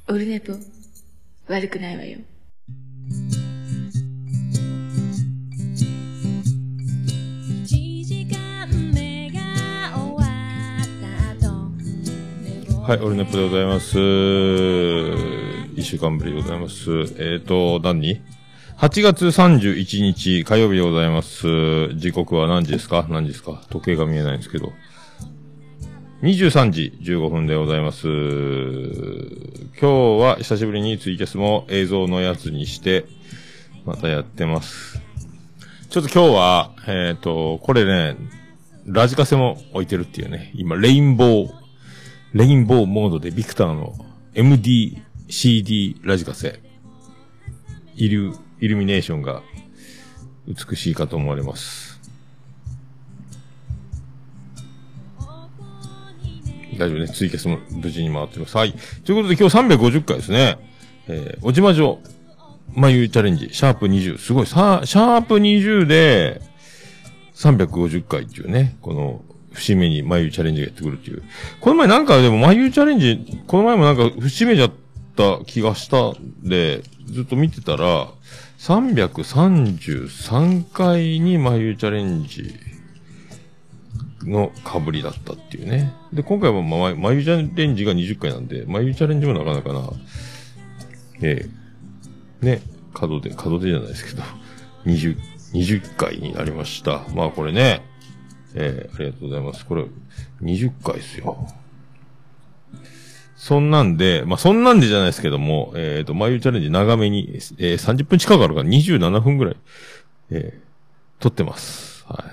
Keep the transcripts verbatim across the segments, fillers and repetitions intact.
オルネポ、悪くないわよ。 はい、オルネポでございます。一週間ぶりでございます。えーと、何 ?はち 月さんじゅういちにち火曜日でございます。時刻は何時ですか何時ですか時計が見えないんですけど。にじゅうさんじじゅうごふんでございます。今日は久しぶりにツイキャスも映像のやつにして、またやってます。ちょっと今日は、えーと、これね、ラジカセも置いてるっていうね、今、レインボー、レインボーモードでビクターの エムディーシーディー ラジカセ。イル、イルミネーションが美しいかと思われます。大丈夫ね。ツイキャスも無事に回ってます。はい。ということで今日さんびゃくごじゅっかいですね。えー、おじまじょ、まゆチャレンジ、シャープにじゅう。すごい。さ、シャープにじゅうでさんびゃくごじゅっかいっていうね。この、節目にまゆチャレンジがやってくるっていう。この前なんかでもまゆチャレンジ、この前もなんか節目じゃった気がしたんで、ずっと見てたら、さんびゃくさんじゅうさんかいにまゆチャレンジの被りだったっていうね。で、今回もま、まゆチャレンジがにじゅっかいなんで、まゆチャレンジもなかなかな、ええね、角で、角でじゃないですけど、にじゅう、にじゅっかいになりました。まあこれね、えー、ありがとうございます。これ、にじゅっかいですよ。そんなんで、まあ、そんなんでじゃないですけども、えっと、まゆチャレンジ長めに、えー、さんじゅっぷん近くあるからにじゅうななふんぐらい、えー、撮ってます。はい。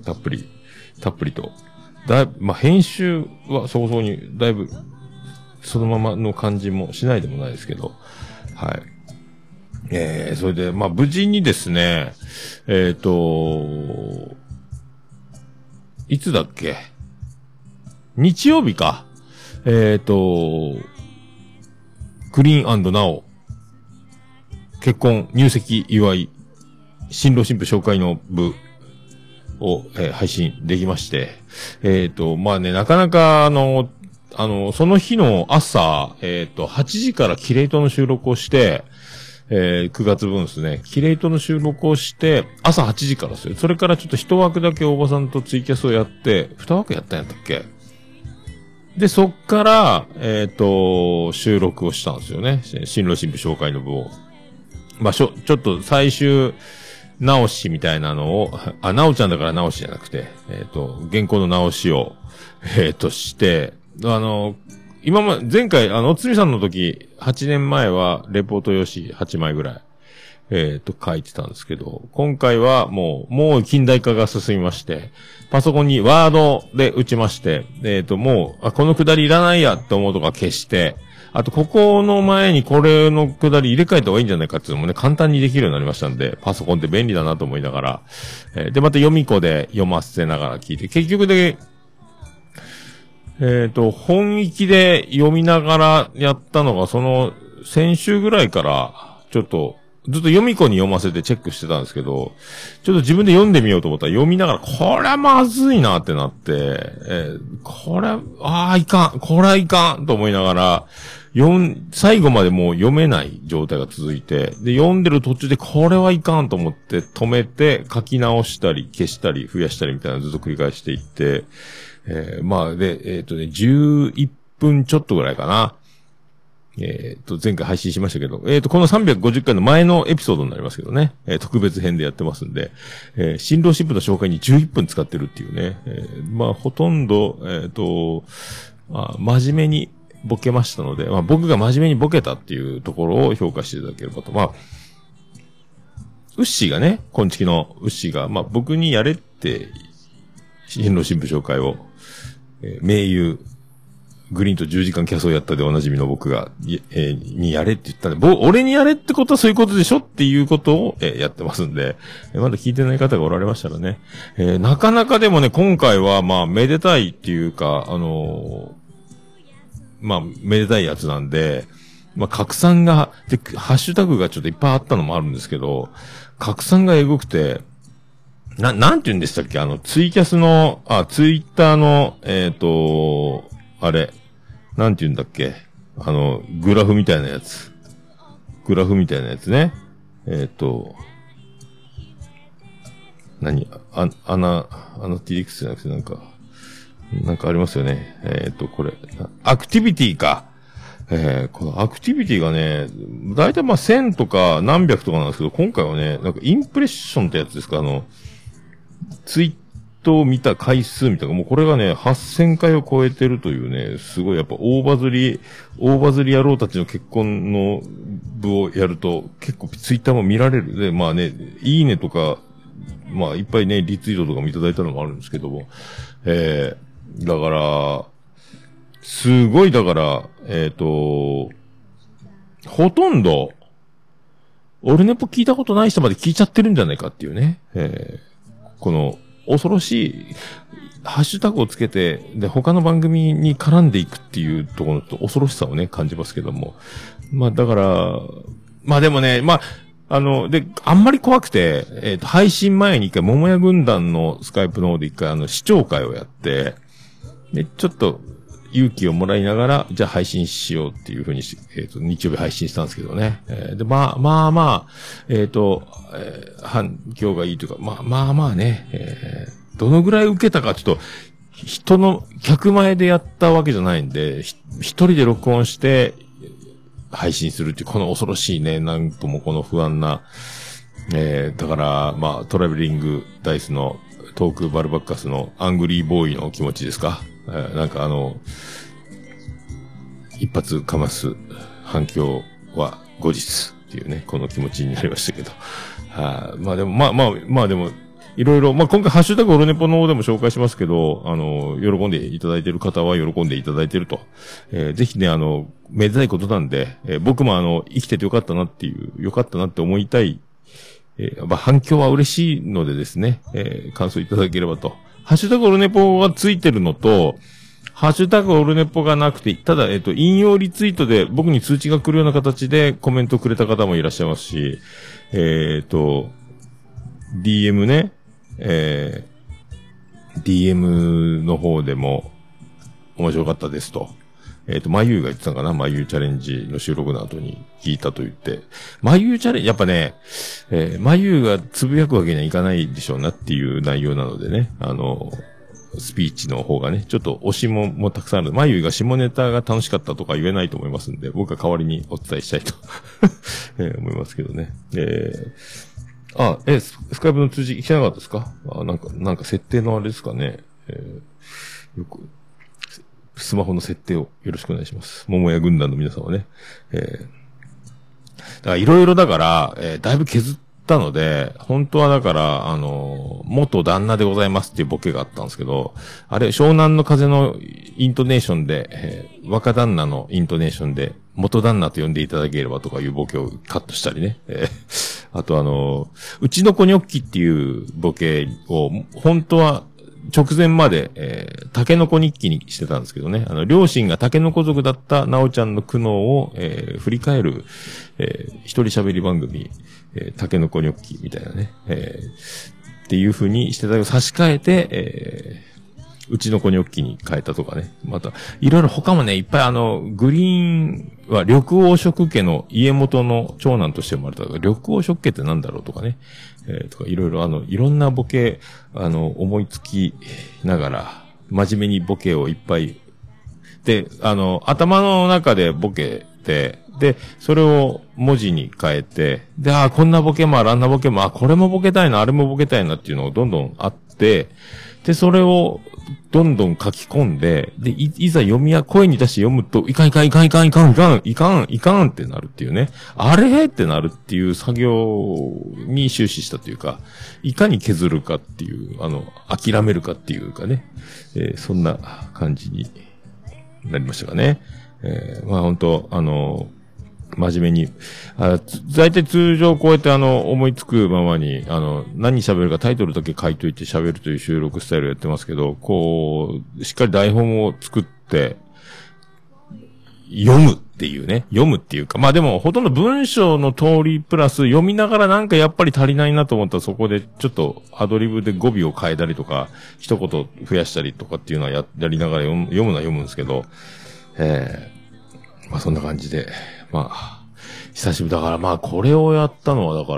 たっぷり、たっぷりと。だいぶ、まあ、編集は早々に、だいぶ、そのままの感じもしないでもないですけど、はい。えー、それで、まあ、無事にですね、えっと、いつだっけ日曜日か。えっと、クリーン&ナオ、結婚、入籍、祝い、新郎新婦紹介の部を、えー、配信できまして。えっと、まあね、なかなか、あの、あの、その日の朝、えっと、はちじからキレイトの収録をして、えー、くがつぶんですね。キレイトの収録をして、朝はちじからですよ。それからちょっと一枠だけおばさんとツイキャスをやって、二枠やったんやったっけで、そっから、えっと、収録をしたんですよね。新郎新婦紹介の部を。まあ、しょ、ちょっと最終、直しみたいなのを、あ、直ちゃんだから直しじゃなくて、えっと、原稿の直しを、えっと、して、あの、今ま、前回、あの、おつみさんの時、はちねんまえは、レポート用紙はちまいぐらい、えっと、書いてたんですけど、今回はもう、もう近代化が進みまして、パソコンにワードで打ちまして、えっと、もう、あ、このくだりいらないやって思うとか消して、あと、ここの前にこれのくだり入れ替えた方がいいんじゃないかっていうのもね、簡単にできるようになりましたんで、パソコンって便利だなと思いながら、えー、で、また読み子で読ませながら聞いて、結局で、えっと、本域で読みながらやったのが、その、先週ぐらいから、ちょっと、ずっと読み子に読ませてチェックしてたんですけど、ちょっと自分で読んでみようと思ったら読みながら、これはまずいなってなって、えー、これ、ああ、いかん、これはいかんと思いながら、読ん、最後までもう読めない状態が続いて、で、読んでる途中でこれはいかんと思って止めて書き直したり消したり増やしたりみたいなのをずっと繰り返していって、えー、まあ、で、えっとね、じゅういっぷんちょっとぐらいかな。えっと、前回配信しましたけど、えっと、このさんびゃくごじゅっかいの前のエピソードになりますけどね、えー、特別編でやってますんで、えー、新郎新婦の紹介にじゅういっぷん使ってるっていうね、えー、まあ、ほとんど、えっと、まあ、真面目にボケましたので、まあ、僕が真面目にボケたっていうところを評価していただければと。まあ、ウッシーがね、こんちきのウッシーが、まあ、僕にやれって、新郎新婦紹介を、えー、名優、グリーンとじゅうじかんキャスをやったでおなじみの僕が、えー、にやれって言ったんで、ぼ、俺にやれってことはそういうことでしょっていうことを、えー、やってますんで、えー、まだ聞いてない方がおられましたらね。えー、なかなかでもね、今回は、まあ、めでたいっていうか、あのー、まあ、めでたいやつなんで、まあ、拡散が、で、ハッシュタグがちょっといっぱいあったのもあるんですけど、拡散がエゴくて、な、なんて言うんでしたっけあの、ツイキャスの、あ、ツイッターの、えっと、あれ、なんて言うんだっけあの、グラフみたいなやつ。グラフみたいなやつね。えっと、何あ、アナ、アナティリクスじゃなくてなんか、なんかありますよね。えっと、これ、アクティビティか。えー、このアクティビティがね、だいたいまあせんとか何百とかなんですけど、今回はね、なんかインプレッションってやつですか、あの、ツイートを見た回数みたいな、もうこれがね、はっせんかいを超えてるというね、すごいやっぱ大バズり、大バズり野郎たちの結婚の部をやると、結構ツイッターも見られる。で、まあね、いいねとか、まあいっぱいね、リツイートとかもいただいたのもあるんですけども、えー、だから、すごいだから、えっと、ほとんど、オルネポ聞いたことない人まで聞いちゃってるんじゃないかっていうね。えー、この、恐ろしい、ハッシュタグをつけて、で、他の番組に絡んでいくっていうところと恐ろしさをね、感じますけども。まあ、だから、まあでもね、まあ、あの、で、あんまり怖くて、えっと、配信前に一回、桃屋軍団のスカイプの方で一回、あの、視聴会をやって、で、ちょっと、勇気をもらいながら、じゃあ配信しようっていう風にし、えっと、日曜日配信したんですけどね。えー、で、まあ、まあまあ、えっと、えー、反響がいいというか、まあまあまあね、えー、どのぐらい受けたかちょっと、人の、客前でやったわけじゃないんで、ひ一人で録音して、配信するっていう、この恐ろしいね、なんともこの不安な、えー、だから、まあ、トラベリングダイスのトークバルバッカスのアングリーボーイの気持ちですか。えー、なんかあの、一発かます反響は後日っていうね、この気持ちになりましたけど。はあ、まあでも、まあまあ、まあでも、いろいろ、まあ今回ハッシュタグオルネポの方でも紹介しますけど、あの、喜んでいただいている方は喜んでいただいていると。えー、ぜひね、あの、めでたいことなんで、えー、僕もあの、生きててよかったなっていう、よかったなって思いたい、えー、まあ反響は嬉しいのでですね、えー、感想いただければと。ハッシュタグオルネポがついてるのと、ハッシュタグオルネポがなくて、ただ、えっと、引用リツイートで僕に通知が来るような形でコメントくれた方もいらっしゃいますし、えっと、ディーエム ね、えー、ディーエム の方でも面白かったですと。えっと、まゆうが言ってたかな、まゆうチャレンジの収録の後に聞いたと言って、まゆうチャレンジ、やっぱね、えー、まゆうがつぶやくわけにはいかないでしょうなっていう内容なのでね、あの、スピーチの方がね、ちょっと推しももたくさんある。まゆいが下ネタが楽しかったとか言えないと思いますんで、僕は代わりにお伝えしたいと、えー、思いますけどね。えー、あ、え、スカイプの通知来てなかったですか？あ、なんか、なんか設定のあれですかね。えー、よく、スマホの設定をよろしくお願いします。桃屋軍団の皆さんはね。えー、だからいろいろだから、えー、だいぶ削ったので、本当はだから、あの、元旦那でございますっていうボケがあったんですけど、あれ、湘南の風のイントネーションで、えー、若旦那のイントネーションで、元旦那と呼んでいただければとかいうボケをカットしたりね。えー、あとあの、うちの子ニョッキっていうボケを、本当は、直前まで、えー、タケノコ日記にしてたんですけどね。あの、両親がタケノコ族だったなおちゃんの苦悩を、えー、振り返る、えー、一人喋り番組、えー、タケノコニョッキみたいなね。えー、っていう風にしてたけど、差し替えて、えー、うちの子ニョッキに変えたとかね。また、いろいろ他もね、いっぱいあの、グリーンは緑黄色家の家元の長男として生まれたから、緑黄色家ってなんだろうとかね。えー、とかいろいろあの、いろんなボケ、あの、思いつきながら、真面目にボケをいっぱい、で、あの、頭の中でボケて、で、それを文字に変えて、で、あ、こんなボケもある、あんなボケも、あ、これもボケたいな、あれもボケたいなっていうのがどんどんあって、で、それをどんどん書き込んで、で、い、いざ読みや、声に出して読むと、いかんいかんいかんいかんいかんいかんいかんいかんってなるっていうね。あれってなるっていう作業に終始したというか、いかに削るかっていう、あの、諦めるかっていうかね、えー、そんな感じになりましたかね。えー、まあ本当あの、真面目に、あ、大体通常こうやってあの、思いつくままに、あの、何喋るかタイトルだけ書いといて喋るという収録スタイルをやってますけど、こう、しっかり台本を作って、読むっていうね、読むっていうか、まあでもほとんど文章の通りプラス読みながらなんかやっぱり足りないなと思ったらそこでちょっとアドリブで語尾を変えたりとか、一言増やしたりとかっていうのはや、やりながら読む、読むのは読むんですけど、えーまあそんな感じで、まあ、久しぶりだから、まあこれをやったのはだから、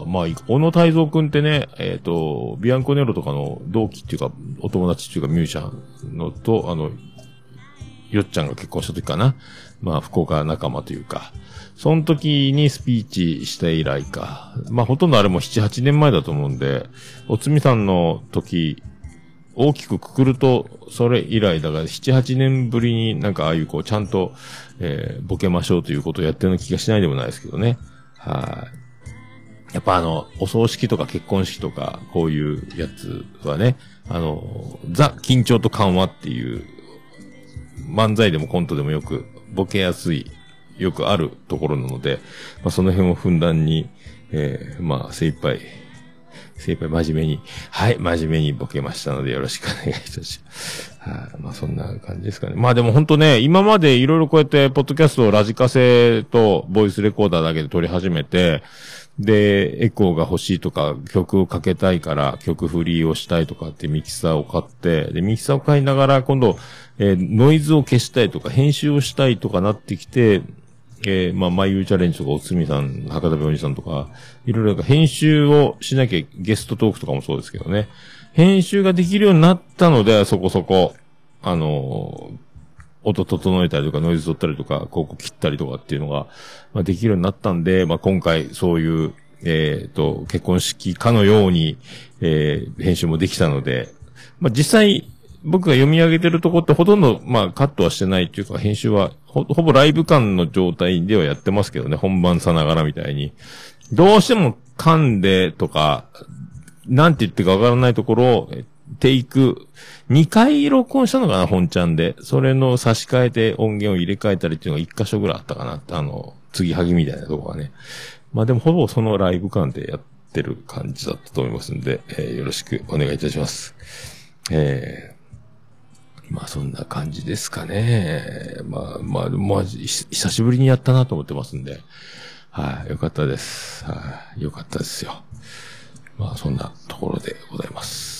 まあ、小野泰造くんってね、えっと、ビアンコネロとかの同期っていうか、お友達っていうかミュージシャンのと、あの、よっちゃんが結婚した時かな。まあ福岡仲間というか、その時にスピーチした以来か。まあほとんどあれもなな、はちねんまえだと思うんで、おつみさんの時、大きくくくると、それ以来だから、なな、はちねんぶりになんかああいうこう、ちゃんと、えー、ボケましょうということをやってるような気がしないでもないですけどね。はい。やっぱあの、お葬式とか結婚式とか、こういうやつはね、あの、ザ・緊張と緩和っていう、漫才でもコントでもよく、ボケやすい、よくあるところなので、まあその辺をふんだんに、えー、まあ精一杯、精一杯真面目に、はい、真面目にボケましたのでよろしくお願いいたします。はい、まあそんな感じですかね。まあでも本当ね、今までいろいろこうやってポッドキャストをラジカセとボイスレコーダーだけで撮り始めて、で、エコーが欲しいとか、曲をかけたいから曲フリーをしたいとかってミキサーを買って、で、ミキサーを買いながら今度、えー、ノイズを消したいとか、編集をしたいとかなってきて、えー、まあ、マイユーチャレンジとか、おつみさん、博多部おじさんとか、いろいろなんか編集をしなきゃ、ゲストトークとかもそうですけどね。編集ができるようになったので、そこそこ、あのー、音整えたりとか、ノイズ取ったりとか、ここ切ったりとかっていうのが、まあ、できるようになったんで、まあ、今回、そういう、えっと、結婚式かのように、えー、編集もできたので、まあ、実際、僕が読み上げてるとこってほとんど、まあ、カットはしてないっていうか、編集はほ、ほぼライブ感の状態ではやってますけどね、本番さながらみたいに。どうしても噛んでとか、なんて言ってかわからないところを、テイク、にかい録音したのかな、本ちゃんで。それの差し替えて音源を入れ替えたりっていうのがいっ箇所ぐらいあったかな。あの、継ぎはぎみたいなとこがね。まあでもほぼそのライブ感でやってる感じだったと思いますんで、えー、よろしくお願いいたします。えー、まあそんな感じですかね。まあまあ、まあ、久しぶりにやったなと思ってますんで。はい、よかったです。はい、よかったですよ。まあそんなところでございます。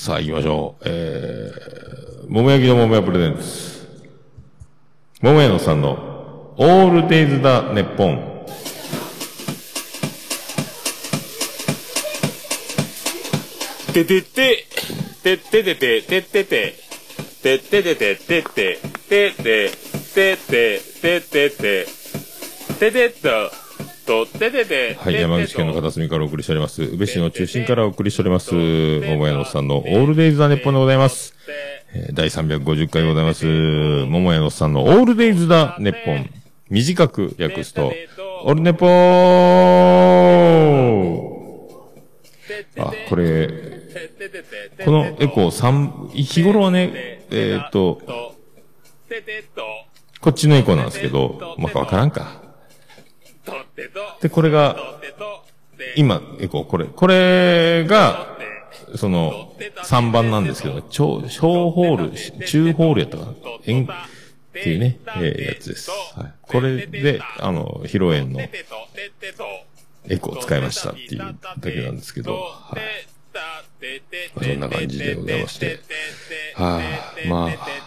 さあ行きましょう。えー、桃焼きの桃屋プレゼンツ。桃屋のさんのオールデイズだネッポン。ててて、てててて、ててて、てててて、ててて、ててて、ててて、ててと、と、ててて、はい、山口県の片隅からお送りしております。宇部市の中心からお送りしております。桃屋のさんのオールデイズ・ザ・ネッポンでございます。えー、だいさんびゃくごじゅっかいでございます。桃屋のさんのオールデイズ・ザ・ネッポン。短く訳すと、オールネポー。あ、これ、このエコーさん、日頃はね、えーっと、こっちのエコーなんですけど、まあ、わからんか。で、これが、今、エコー、これ、これが、その、さんばんなんですけど、超、小ホール、中ホールやったかな。円っていうね、えー、やつです。はい。これで、あの、披露宴のエコーを使いましたっていうだけなんですけど、はい。まあ、そんな感じでございまして。はい、まあ、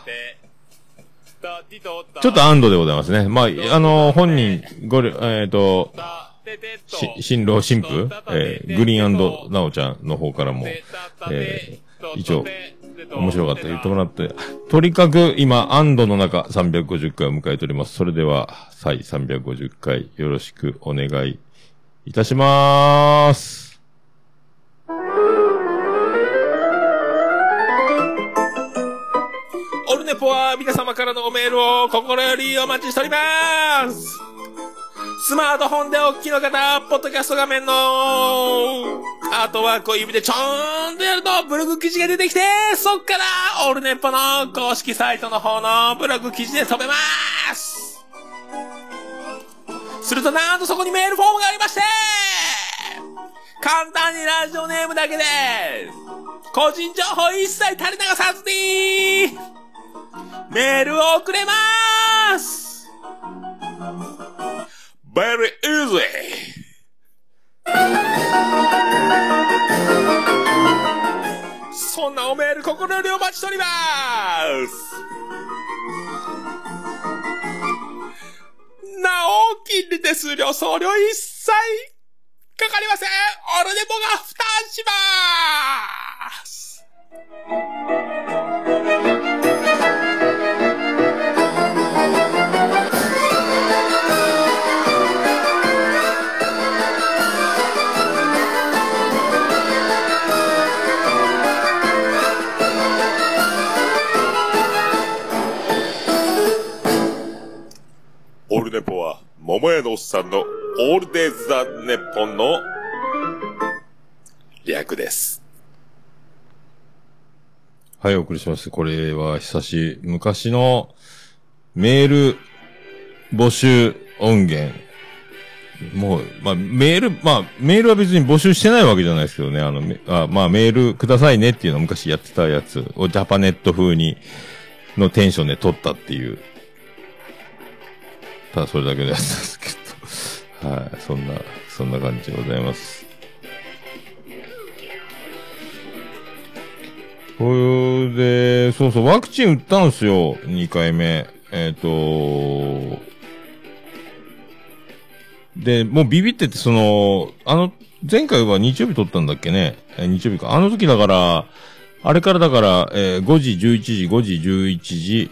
ちょっと安堵でございますね。まあ、あの、本人、ごり、えっと、し、新郎新婦、えー、グリーン&ナオちゃんの方からも、えー、一応、面白かった言ってもらって、とにかく今、安堵の中さんびゃくごじゅっかいを迎えております。それでは、はい、さんびゃくごじゅっかいよろしくお願いいたしまーす。オルネポは皆様からのおメールを心よりお待ちしております。スマートフォンでお聞きの方、ポッドキャスト画面のアートワークを指でちょーんとやるとブログ記事が出てきて、そっからオルネポの公式サイトの方のブログ記事で飛べます。するとなんとそこにメールフォームがありまして、簡単にラジオネームだけで個人情報一切垂れ流さずにメールを送れまーす。 Very easy。 そんなおメール心よりお待ちしております。 な大きい手数料、送料一切かかりません。オルネポが負担しまーす。オルネポは、桃屋のおっさんのオールデイズ・ザ・ネッポンの略です。はい、お送りします。これは久し、昔のメール募集音源。もう、まあ、メール、まあ、メールは別に募集してないわけじゃないですけどね。あの、あまあ、メールくださいねっていうのを昔やってたやつをジャパネット風に、のテンションで撮ったっていう。ただそれだけのやつですけど。はい、そんな、そんな感じでございます。これで、そうそう、ワクチン打ったんすよ、にかいめ。えっと、で、もうビビってて、その、あの、前回は日曜日撮ったんだっけね。え日曜日か。あの時だから、あれからだから、えー、ごじ、じゅういちじ、ごじ、じゅういちじ、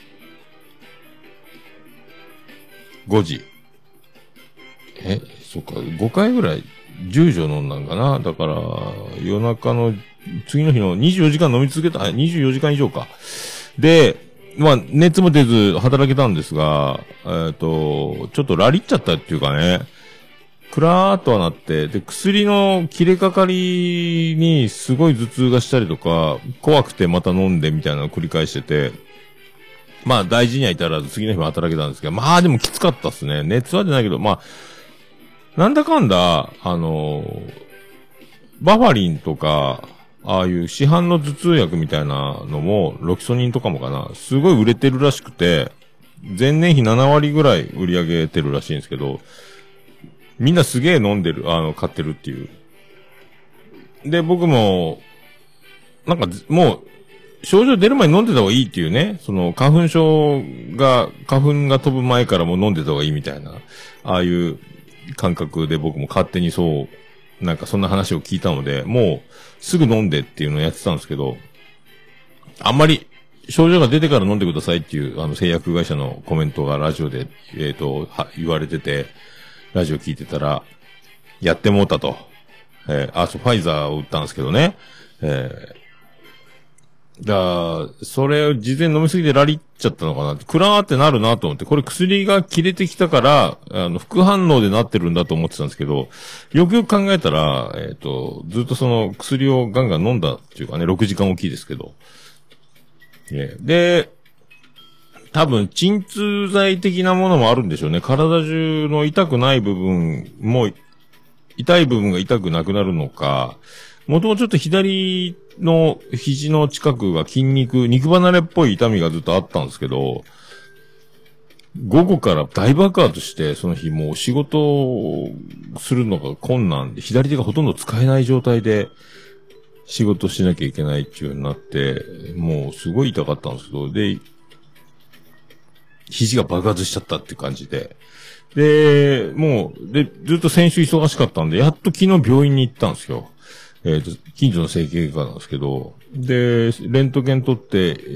ごじ。え、そっか、ごかいぐらい、じゅう錠飲んだんかな。だから、夜中の、次の日のにじゅうよじかん飲み続けた、にじゅうよじかん以上か。で、まあ、熱も出ず働けたんですが、えっと、ちょっとラリっちゃったっていうかね、クラーっとはなって、で、薬の切れかかりにすごい頭痛がしたりとか、怖くてまた飲んでみたいなのを繰り返してて、まあ大事には至らず次の日も働けたんですけど、まあでもきつかったっすね。熱は出ないけど、まあ、なんだかんだ、あの、バファリンとか、ああいう市販の頭痛薬みたいなのも、ロキソニンとかもかな、すごい売れてるらしくて、前年比ななわりぐらい売り上げてるらしいんですけど、みんなすげえ飲んでる、あの、買ってるっていう。で、僕も、なんか、もう、症状出る前に飲んでた方がいいっていうね、その、花粉症が、花粉が飛ぶ前からもう飲んでた方がいいみたいな、ああいう感覚で僕も勝手にそう、なんかそんな話を聞いたので、もう、すぐ飲んでっていうのをやってたんですけど、あんまり、症状が出てから飲んでくださいっていう、あの、製薬会社のコメントがラジオで、えっと、は、言われてて、ラジオ聞いてたら、やってもうたと。えー、あ、そう、ファイザーを打ったんですけどね。えーだそれを事前飲みすぎてラリっちゃったのかなって、クラーってなるなと思って、これ薬が切れてきたから、あの、副反応でなってるんだと思ってたんですけど、よくよく考えたら、えっと、ずっとその薬をガンガン飲んだっていうかね、ろくじかんおきですけど。で、多分、鎮痛剤的なものもあるんでしょうね。体中の痛くない部分も、痛い部分が痛くなくなるのか、もともとちょっと左の肘の近くが筋肉、肉離れっぽい痛みがずっとあったんですけど、午後から大爆発して、その日もう仕事をするのが困難で、左手がほとんど使えない状態で仕事しなきゃいけないっていうようになって、もうすごい痛かったんですけど、で、肘が爆発しちゃったって感じで、で、もう、で、ずっと先週忙しかったんで、やっと昨日病院に行ったんですよ。えっと、近所の整形外科なんですけど、で、レントゲン取って、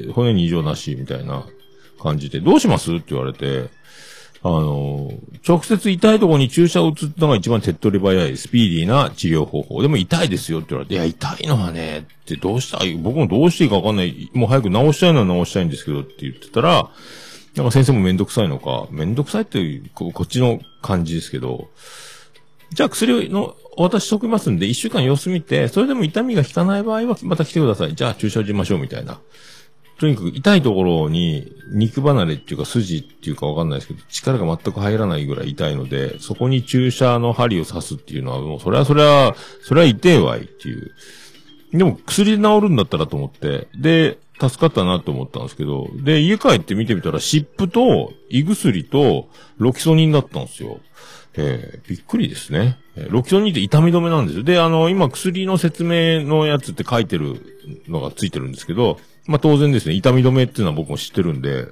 骨に異常なし、みたいな感じで、どうしますって言われて、あの、直接痛いところに注射を打つのが一番手っ取り早い、スピーディーな治療方法。でも痛いですよって言われて、いや、痛いのはね、ってどうしたい僕もどうしていいかわかんない。もう早く治したいのは治したいんですけどって言ってたら、なんか先生もめんどくさいのか、めんどくさいっていう、こっちの感じですけど、じゃあ薬の、お渡ししときますんで、一週間様子見て、それでも痛みが引かない場合はまた来てください。じゃあ注射打ちましょうみたいな。とにかく痛いところに肉離れっていうか筋っていうかわかんないですけど、力が全く入らないぐらい痛いので、そこに注射の針を刺すっていうのはもうそれはそれは、それは痛えわいっていう。でも薬で治るんだったらと思って、で、助かったなと思ったんですけど、で、家帰って見てみたら湿布と胃薬とロキソニンだったんですよ。えー、びっくりですね。ロキソニンって痛み止めなんですよ。で、あの、今薬の説明のやつって書いてるのがついてるんですけど、まあ、当然ですね、痛み止めっていうのは僕も知ってるんで、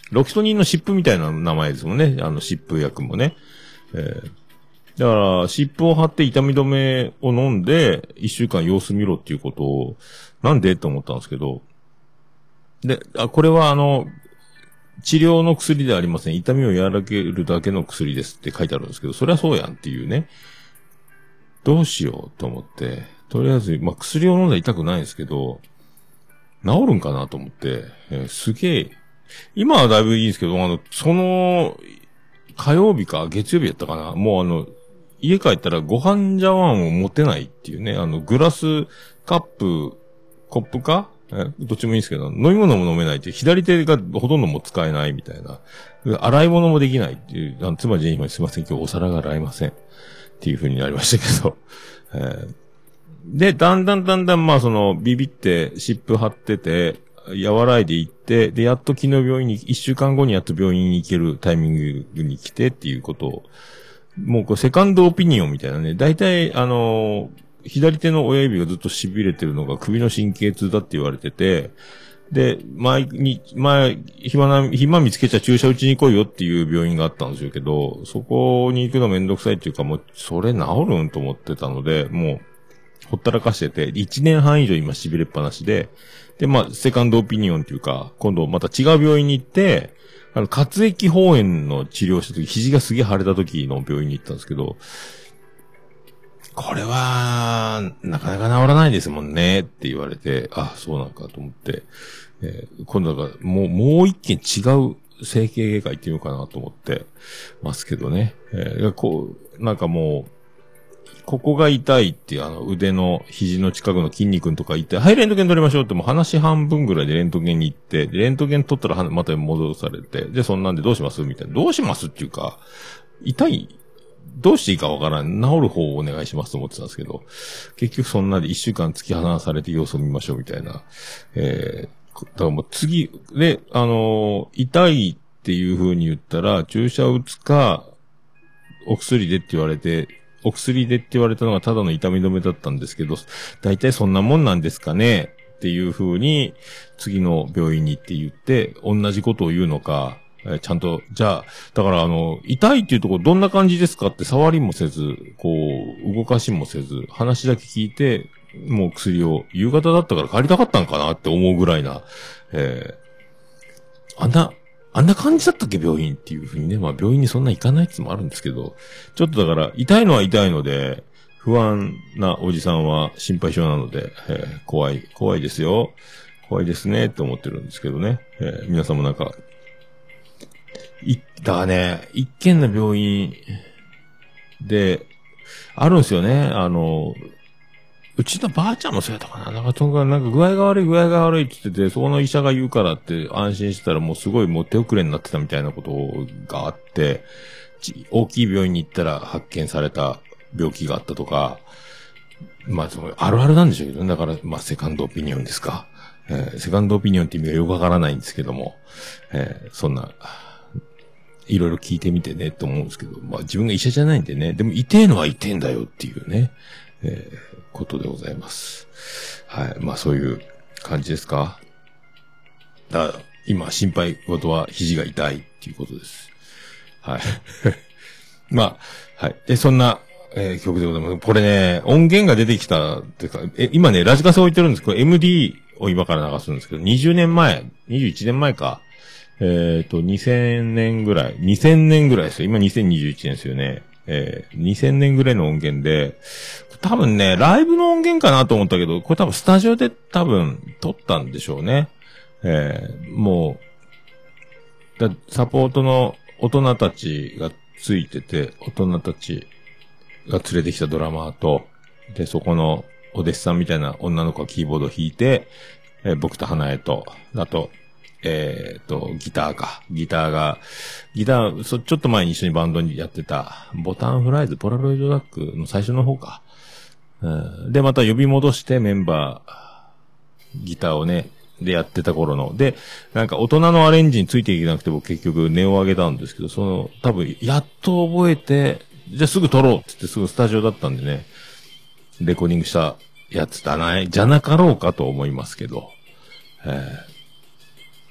ロキソニンの湿布みたいな名前ですもんね。あの湿布薬もね。えー、だから、湿布を貼って痛み止めを飲んで、一週間様子見ろっていうことを、なんでって思ったんですけど。で、あ、これはあの、治療の薬ではありません。痛みを和らげるだけの薬ですって書いてあるんですけど、そりゃそうやんっていうね。どうしようと思って、とりあえず、まあ、薬を飲んだら痛くないんですけど、治るんかなと思って、えー、すげえ、今はだいぶいいんですけど、あの、その、火曜日か月曜日やったかな、もうあの、家帰ったらご飯茶碗を持てないっていうね、あの、グラス、カップ、コップかえどっちもいいんですけど、飲み物も飲めないっていう、左手がほとんども使えないみたいな。洗い物もできないっていう、あの妻ジェニファーにすいません、今日お皿が洗えません。っていう風になりましたけど。えー、で、だんだんだんだん、まあその、ビビって湿布貼ってて、和らいでいって、で、やっと昨日病院に、一週間後にやっと病院に行けるタイミングに来てっていうことを、もうこうセカンドオピニオンみたいなね、大体、あのー、左手の親指がずっと痺れてるのが首の神経痛だって言われてて、で、前に、前、暇な、暇見つけちゃ注射打ちに来いよっていう病院があったんですよけど、そこに行くのめんどくさいっていうか、もう、それ治るんと思ってたので、もう、ほったらかしてて、いちねんはん以上今痺れっぱなしで、で、まあ、セカンドオピニオンっていうか、今度また違う病院に行って、あの、滑液包炎の治療した時、肘がすげえ腫れた時の病院に行ったんですけど、これは、なかなか治らないですもんね、って言われて、あ、そうなんかと思って、えー、今度だから、もう、もう一件違う整形外科行ってみようかなと思ってますけどね。えー、こう、なんかもう、ここが痛いっていう、あの、腕の肘の近くの筋肉のとか行って、はい、レントゲン取りましょうってもう話半分ぐらいでレントゲンに行って、でレントゲン取ったらまた戻されて、で、そんなんでどうしますみたいな。どうしますっていうか、痛いどうしていいかわからん。治る方をお願いしますと思ってたんですけど、結局そんなで一週間突き放されて様子を見ましょうみたいな。えー、だからもう次、で、あのー、痛いっていう風に言ったら、注射を打つか、お薬でって言われて、お薬でって言われたのがただの痛み止めだったんですけど、大体そんなもんなんですかねっていう風に、次の病院に行って言って、同じことを言うのか、ちゃんと、じゃあ、だからあの、痛いっていうところどんな感じですかって触りもせず、こう、動かしもせず、話だけ聞いて、もう薬を夕方だったから借りたかったんかなって思うぐらいな、えー、あんな、あんな感じだったっけ病院っていうふうにね、まあ病院にそんな行かないってのもあるんですけど、ちょっとだから痛いのは痛いので、不安なおじさんは心配性なので、えー、怖い、怖いですよ。怖いですねって思ってるんですけどね。えー、皆さんもなんか、い、だからね、一軒の病院で、あるんですよね。あの、うちのばあちゃんもそうやったかな。なんか、とんか、なんか具合が悪い具合が悪いって言ってて、そこの医者が言うからって安心したらもうすごいもう手遅れになってたみたいなことがあって、大きい病院に行ったら発見された病気があったとか、まあ、そのあるあるなんでしょうけど、ね、だから、まあ、セカンドオピニオンですか。えー、セカンドオピニオンって意味がよくわからないんですけども、えー、そんな、いろいろ聞いてみてね、と思うんですけど、まあ自分が医者じゃないんでね、でも痛えのは痛えんだよっていうね、えー、ことでございます。はい。まあそういう感じですか。だから今心配事は肘が痛いっていうことです。はい。まあ、はい。で、そんな、えー、曲でございます。これね、音源が出てきたっていうか、え、今ね、ラジカセ置いてるんですけど、エムディー を今から流すんですけど、にじゅうねんまえ、にじゅういちねんまえか。えっと、にせんねんぐらい、にせんねんぐらいですよ。今にせんにじゅういちねんですよね。えー、にせんねんぐらいの音源で、多分ね、ライブの音源かなと思ったけど、これ多分スタジオで多分撮ったんでしょうね。えー、もう、だサポートの大人たちがついてて、大人たちが連れてきたドラマーと、で、そこのお弟子さんみたいな女の子がキーボードを弾いて、えー、僕と花江と、あと、えっと、ギターか。ギターが、ギター、そ、ちょっと前に一緒にバンドにやってた、ボタンフライズ、ポラロイドダックの最初の方か。うん、で、また呼び戻してメンバー、ギターをね、でやってた頃の。で、なんか大人のアレンジについていけなくて僕結局音を上げたんですけど、その、多分、やっと覚えて、じゃあすぐ撮ろうって言ってすぐスタジオだったんでね、レコーディングしたやつだな、じゃなかろうかと思いますけど、えー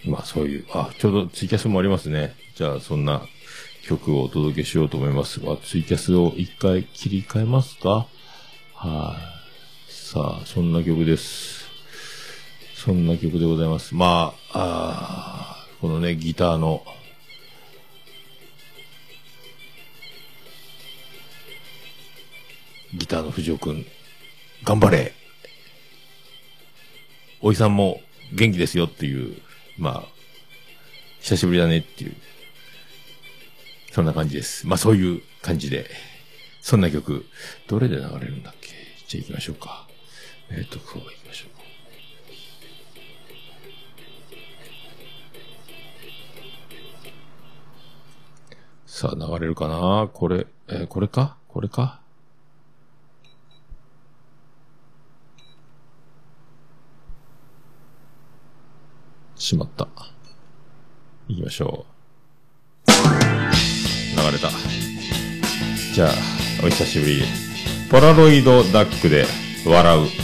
まあそういう、あ、ちょうどツイキャスもありますね。じゃあそんな曲をお届けしようと思いますが、ツイキャスを一回切り替えますか？はい。さあ、そんな曲です。そんな曲でございます。まあ、あこのね、ギターの、ギターの藤尾くん、頑張れ。おいさんも元気ですよっていう、まあ、久しぶりだねっていう、そんな感じです。まあそういう感じで、そんな曲、どれで流れるんだっけ？じゃあ行きましょうか。えっと、こう行きましょう。さあ流れるかな？これ、えー、これか？これか？しまった。行きましょう。流れた。じゃあ、お久しぶり。ポラロイドダックで笑う。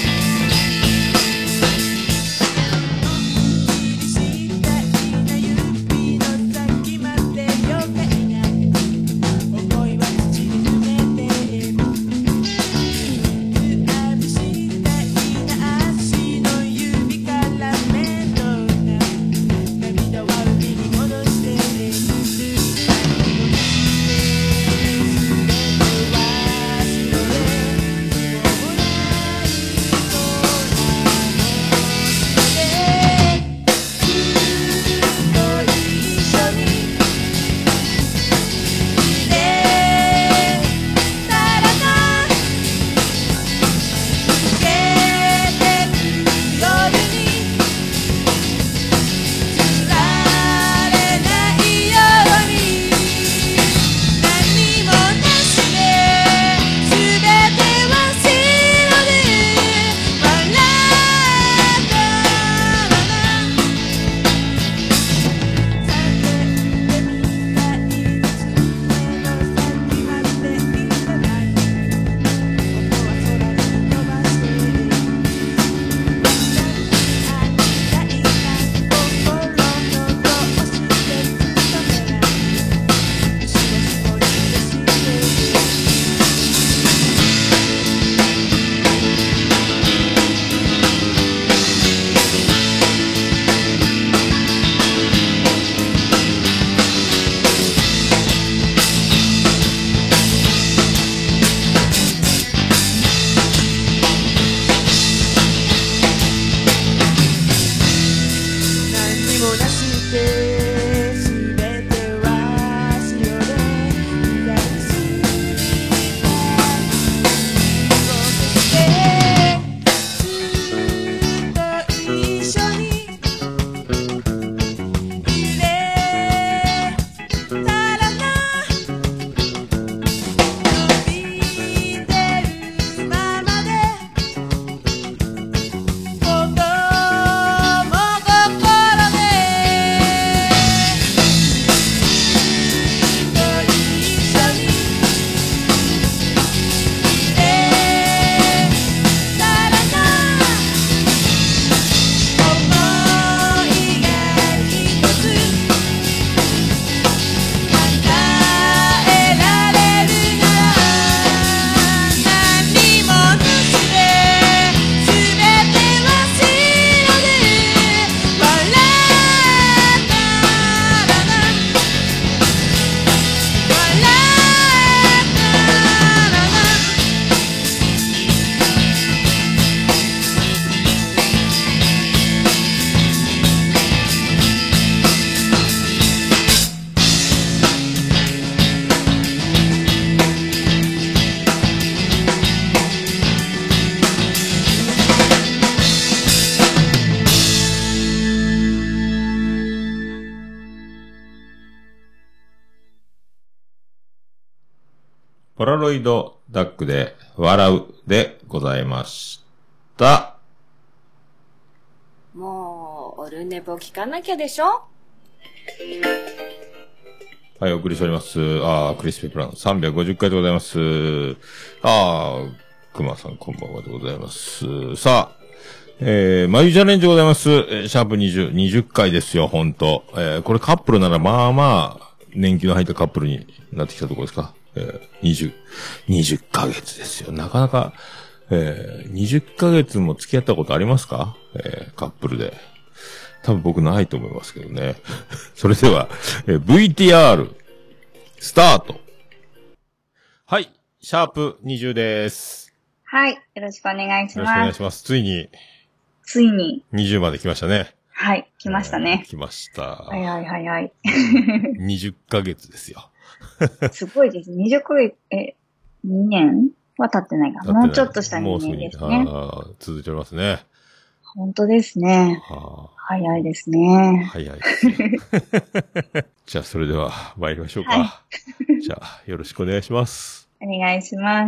ポラロイドダックで笑うでございました。 もう、オルネポ聞かなきゃでしょ？ はい、お送りしております。あー、クリスピープランさんびゃくごじゅっかいでございます。あー、熊さんこんばんはでございます。さあ、 えー、眉チャレンジでございます。えー、シャープにじゅう、にじゅっかいですよ、ほんと。えー、これカップルならまあまあ、年季の入ったカップルになってきたところですか。えー、にじゅう、にじゅっかげつですよ。なかなか、えー、にじゅっかげつも付き合ったことありますか？えー、カップルで。多分僕ないと思いますけどね。それでは、えー、ブイティーアール、スタート。はい、シャープにじゅうです。 はい、よろしくお願いします。 よろしくお願いします。ついに、 ついに、 にじゅうまで来ましたね。 はい、来ましたね。 えー来ました。 早い早い。 にじゅっかげつですよ。 すごいです。にじゅっかげつ、え、にねんは経ってないか。もうちょっとしたにねんですね。 あ続いておりますね。 本当ですね。早いですね。 早いですよ。じゃあ、それでは参りましょうか。はい、じゃあ、よろしくお願いします。 お願いします。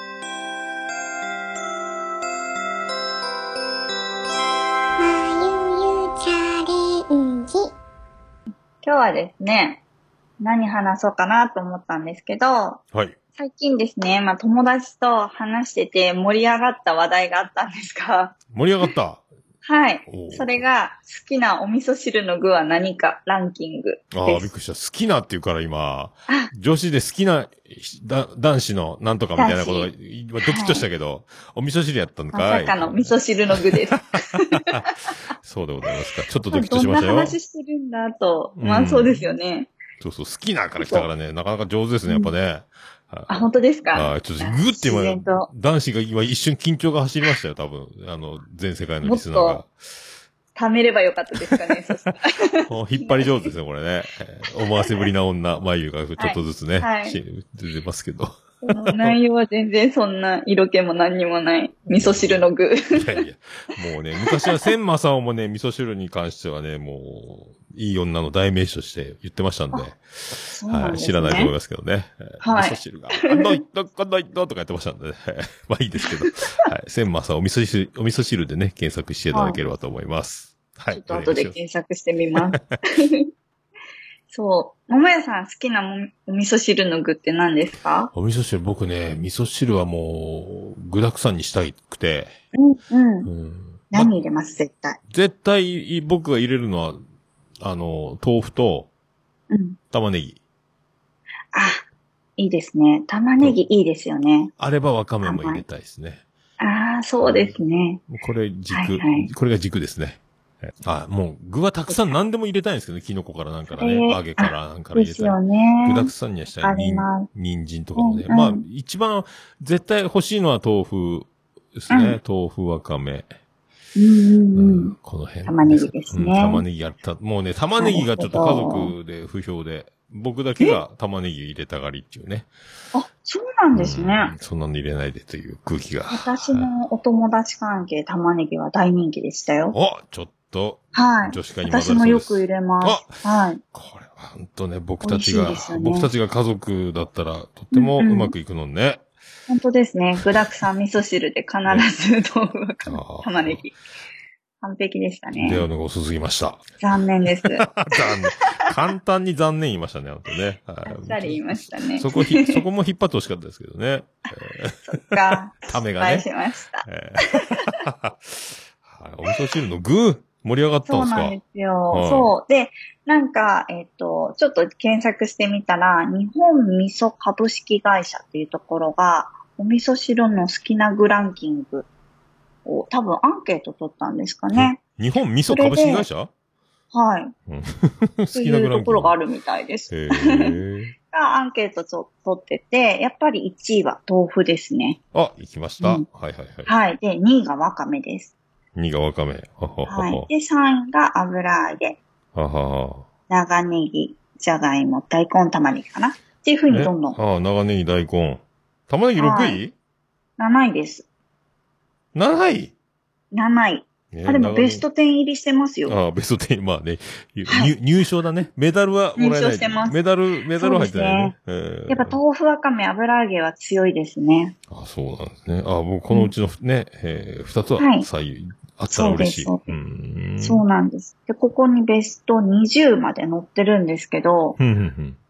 今日はですね、何話そうかなと思ったんですけど、 はい。 最近ですね、まあ友達と話してて盛り上がった話題があったんですが。 盛り上がったはい。それが、好きなお味噌汁の具は何かランキングです。 ああ、びっくりした。好きなって言うから今、女子で好きなだ男子のなんとかみたいなことが、今ドキッとしたけど、はい、お味噌汁やったのかい。 まさかの味噌汁の具です。 そうでございますか。ちょっとドキッとしましたよ。 どんな話してるんだと。まあそうですよね。 そうそう、好きなから来たからね、なかなか上手ですね、やっぱね。うんあ、本当ですか？ あちょっとグーって今、男子が今一瞬緊張が走りましたよ、多分。あの、全世界のリスナーが。もっと貯めればよかったですかね、そしたら。 引っ張り上手ですね、これね。思わせぶりな女、眉がちょっとずつね、はい、出てますけど。 内容は全然そんな色気も何にもない味噌汁の具。いやいや、 もうね、昔は千正雄もね、味噌汁に関してはね、もう、いい女の代名詞として言ってましたんで、 そうなんですね、 知らないと思いますけどね。 はい、 味噌汁が、あのいとこのいととかやってましたんでね。まあいいですけど、はい、千正雄お味噌汁、お味噌汁でね、検索していただければと思います。はい。 ちょっと後で検索してみます。そう。桃屋さん好きなお味噌汁の具って何ですか？ お味噌汁、僕ね、味噌汁はもう、具沢山にしたくて。 うんうん。うん、何入れます、絶対。 絶対僕が入れるのは、あの、豆腐と、 うん。 玉ねぎ。 あ、いいですね。玉ねぎいいですよね。 あればわかめも入れたいですね。 ああ、そうですね。 これ軸、はいはい、これが軸ですね。あ、もう具はたくさん何でも入れたいんですけどね。キノコからなんからね。揚げからなんから入れたい。 ですよね。 具だくさんにはしたい。にん、人参とかもね。うんうん、まあ、一番絶対欲しいのは豆腐ですね。うん、豆腐わかめ。 うんうんうん、 この辺。 玉ねぎですね。うん、 玉ねぎやった。もうね、玉ねぎがちょっと家族で不評で、僕だけが玉ねぎ入れたがりっていうね。 あ、そうなんですね、 うん。そんなの入れないでという空気が。 私のお友達関係、玉ねぎは大人気でしたよ。 お、ちょっと。 はい。 女子会に混ざりそうです。 私もよく入れます。はい。 これは本当ね、僕たちが、ね、僕たちが家族だったらとってもうまくいくのね。うんうん、 本当ですね。具沢山味噌汁で必ず豆腐は玉ねぎ。完璧でしたね。 出会うのが遅すぎました。 残念です。残念。 簡単に残念言いましたね、あとね。 あっさり言いましたね。 そこひ、そこも引っ張ってほしかったですけどね。 そっか。 ためがね。 失敗しました。 えーはい、お味噌汁の具盛り上がったんですか？ そうなんですよ。はい、そう。で、なんか、えっと、ちょっと検索してみたら、日本味噌株式会社っていうところが、お味噌汁の好きな具ランキングを多分アンケート取ったんですかね。 日本味噌株式会社？ はい。 好きなグランキング。いうところがあるみたいです。 へーがアンケート取ってて、やっぱりいちいは豆腐ですね。 あ、行きました。うん、はいはいはい。 はい。で、にいがわかめです。 にいがわかめ。ははははい。で、さんいが油揚げ。 ははは。長ネギ、じゃがいも、大根、玉ねぎかなっていう風にどんどん。 ああ、長ネギ、大根。玉ねぎろくい、はい、 なないです。 なない ? なない。あ、でもベストじゅう入りしてますよ。 ああ、ベストじゅう、まあね、はい、入賞だね。メダルはもらえない。 入賞してます。 メダル、メダルは入ってないね。 そうですね。やっぱ豆腐わかめ油揚げは強いですね。 あ、そうなんですね。あ、僕このうちのね、うん、えー、二つは左右、はい、あったら嬉しい。 そうです。うんそうなんです。で、ここにベストにじゅうまで載ってるんですけど、 うんうんうん、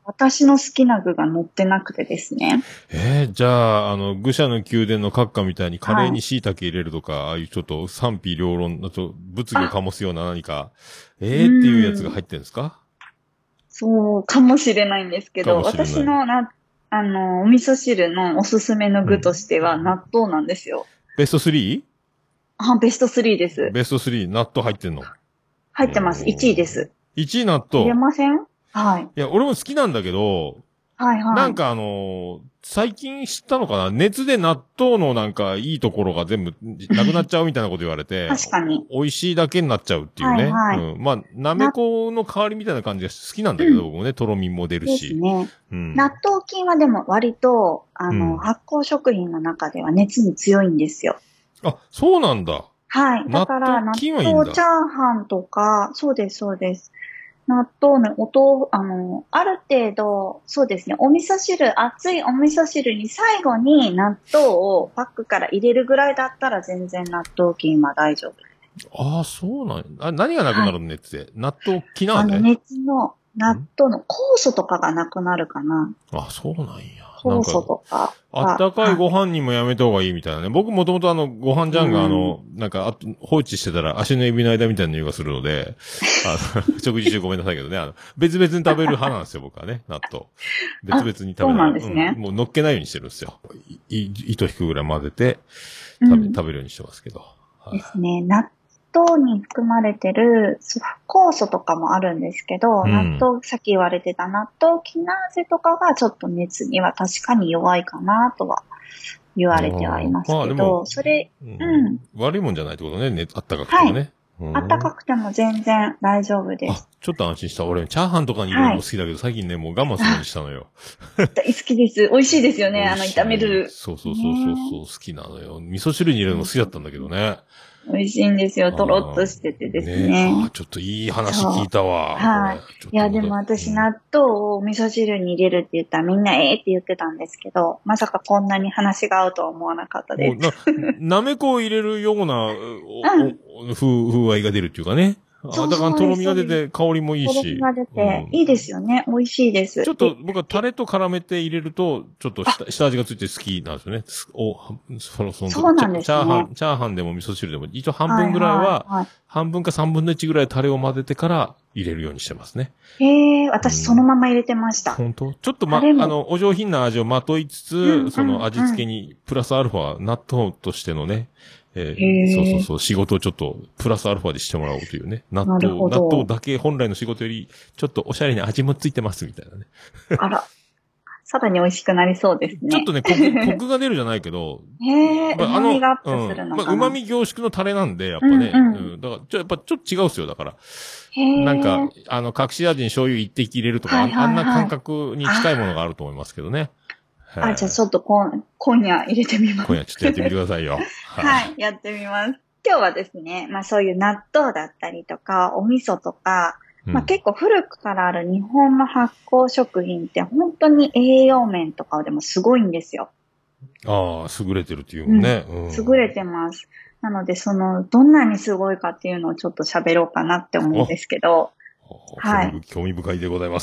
私の好きな具が乗ってなくてですね。 えー、じゃあ、あの、愚者の宮殿の閣下みたいにカレーに椎茸入れるとか、はい、ああいうちょっと賛否両論の、ちょ物議を醸すような何か、えーっていうやつが入ってるんですか？ そう、かもしれないんですけど、私のな、あの、お味噌汁のおすすめの具としては納豆なんですよ。 うん、ベスト スリー？ あ、ベストスリーです。 ベストスリー、納豆入ってんの？ 入ってます。いちいです。 いちい納豆。 入れません？はい。いや、俺も好きなんだけど、 はいはい。 なんかあのー、最近知ったのかな、熱で納豆のなんかいいところが全部なくなっちゃうみたいなこと言われて。 確かに。 美味しいだけになっちゃうっていうね。はいはい、うん。まあ、なめこの代わりみたいな感じが好きなんだけど、うん、僕もね、とろみも出るし。 ですね。うん、納豆菌はでも割と、あの、うん、発酵食品の中では熱に強いんですよ。 あ、そうなんだ。 はい。だから、納豆チャーハンとか、そうです、そうです。納豆の音、あの、ある程度、そうですね、お味噌汁、熱いお味噌汁に最後に納豆をパックから入れるぐらいだったら全然納豆菌は大丈夫。 ああ、そうなんあ、何がなくなるの、はい、熱で。納豆菌なんで？ あの、熱の、納豆の酵素とかがなくなるかな。 あ、そうなんや。 酵素とか。 あったかいご飯にもやめた方がいいみたいなね。僕もともとあの、ご飯ジャンがあの、うん、なんかあ、放置してたら足の指の間みたいな匂いがするので、あの、食事中ごめんなさいけどね、あの、別々に食べる派なんですよ、僕はね、納豆。別々に食べる。 そうなんですね、 うん。もう乗っけないようにしてるんですよ。い、糸引くぐらい混ぜて、食べ、うん、食べるようにしてますけど。 はい、ですね。納豆に含まれてる酵素とかもあるんですけど、うん、納豆、さっき言われてた納豆キナーゼとかがちょっと熱には確かに弱いかなとは言われてはいますけど、まあ、でもそれ、 うん、うん。悪いもんじゃないってことね、ね、あったかくてもね。はいあったかくても全然大丈夫です。 あ、ちょっと安心した。俺、チャーハンとかに入れるのも好きだけど、はい、最近ね、もう我慢するようにしたのよ。 大好きです。美味しいですよね、あの、炒める。 そうそうそうそうそう、好きなのよ。味噌汁に入れるのも好きだったんだけどね。 美味しいんですよ。とろっとしててですね。 ねあちょっといい話聞いたわ。 はい。いや、でも私、納豆を味噌汁に入れるって言ったらみんなええって言ってたんですけど、まさかこんなに話が合うとは思わなかったです。 な、なめこを入れるような、うん、風、風合いが出るっていうかね。あ、だからとろみが出て香りもいいし。とろみが出て、うん、いいですよね。美味しいです。 ちょっと僕はタレと絡めて入れると、ちょっと下下味がついて好きなんですよね。お、その、その、 そうなんですね。 チャーハン、チャーハンでも味噌汁でも、一応半分ぐらいは、はいはいはい、半分か三分の一ぐらいタレを混ぜてから入れるようにしてますね。 へえ、私そのまま入れてました。 本当？ちょっとま、あの、お上品な味をまといつつ、うん、その味付けに、プラスアルファ、納豆としてのね、えー、そうそうそう、仕事をちょっとプラスアルファでしてもらおうというね。納豆、納豆だけ本来の仕事より、ちょっとおしゃれに味もついてますみたいなね。 あら。さらに美味しくなりそうですね。 ちょっとね、コク、コクが出るじゃないけど。 へぇー、旨味がアップするのかな。 まあ、旨味凝縮のタレなんで、やっぱね。うん、うんうん、だから、ちょ、やっぱちょっと違うっすよ、だから。 へなんか、あの、隠し味に醤油一滴入れるとか、はいはいはい、あんな感覚に近いものがあると思いますけどね。 あ、じゃあちょっとこん今夜入れてみます。 今夜ちょっとやってみてくださいよ。 はい、やってみます。今日はですね、まあそういう納豆だったりとか、お味噌とか、うん、まあ結構古くからある日本の発酵食品って本当に栄養面とかでもすごいんですよ。 ああ、優れてるっていうもんね、 うんうん。優れてます。なので、その、どんなにすごいかっていうのをちょっと喋ろうかなって思うんですけど。 はい。興味深いでございます。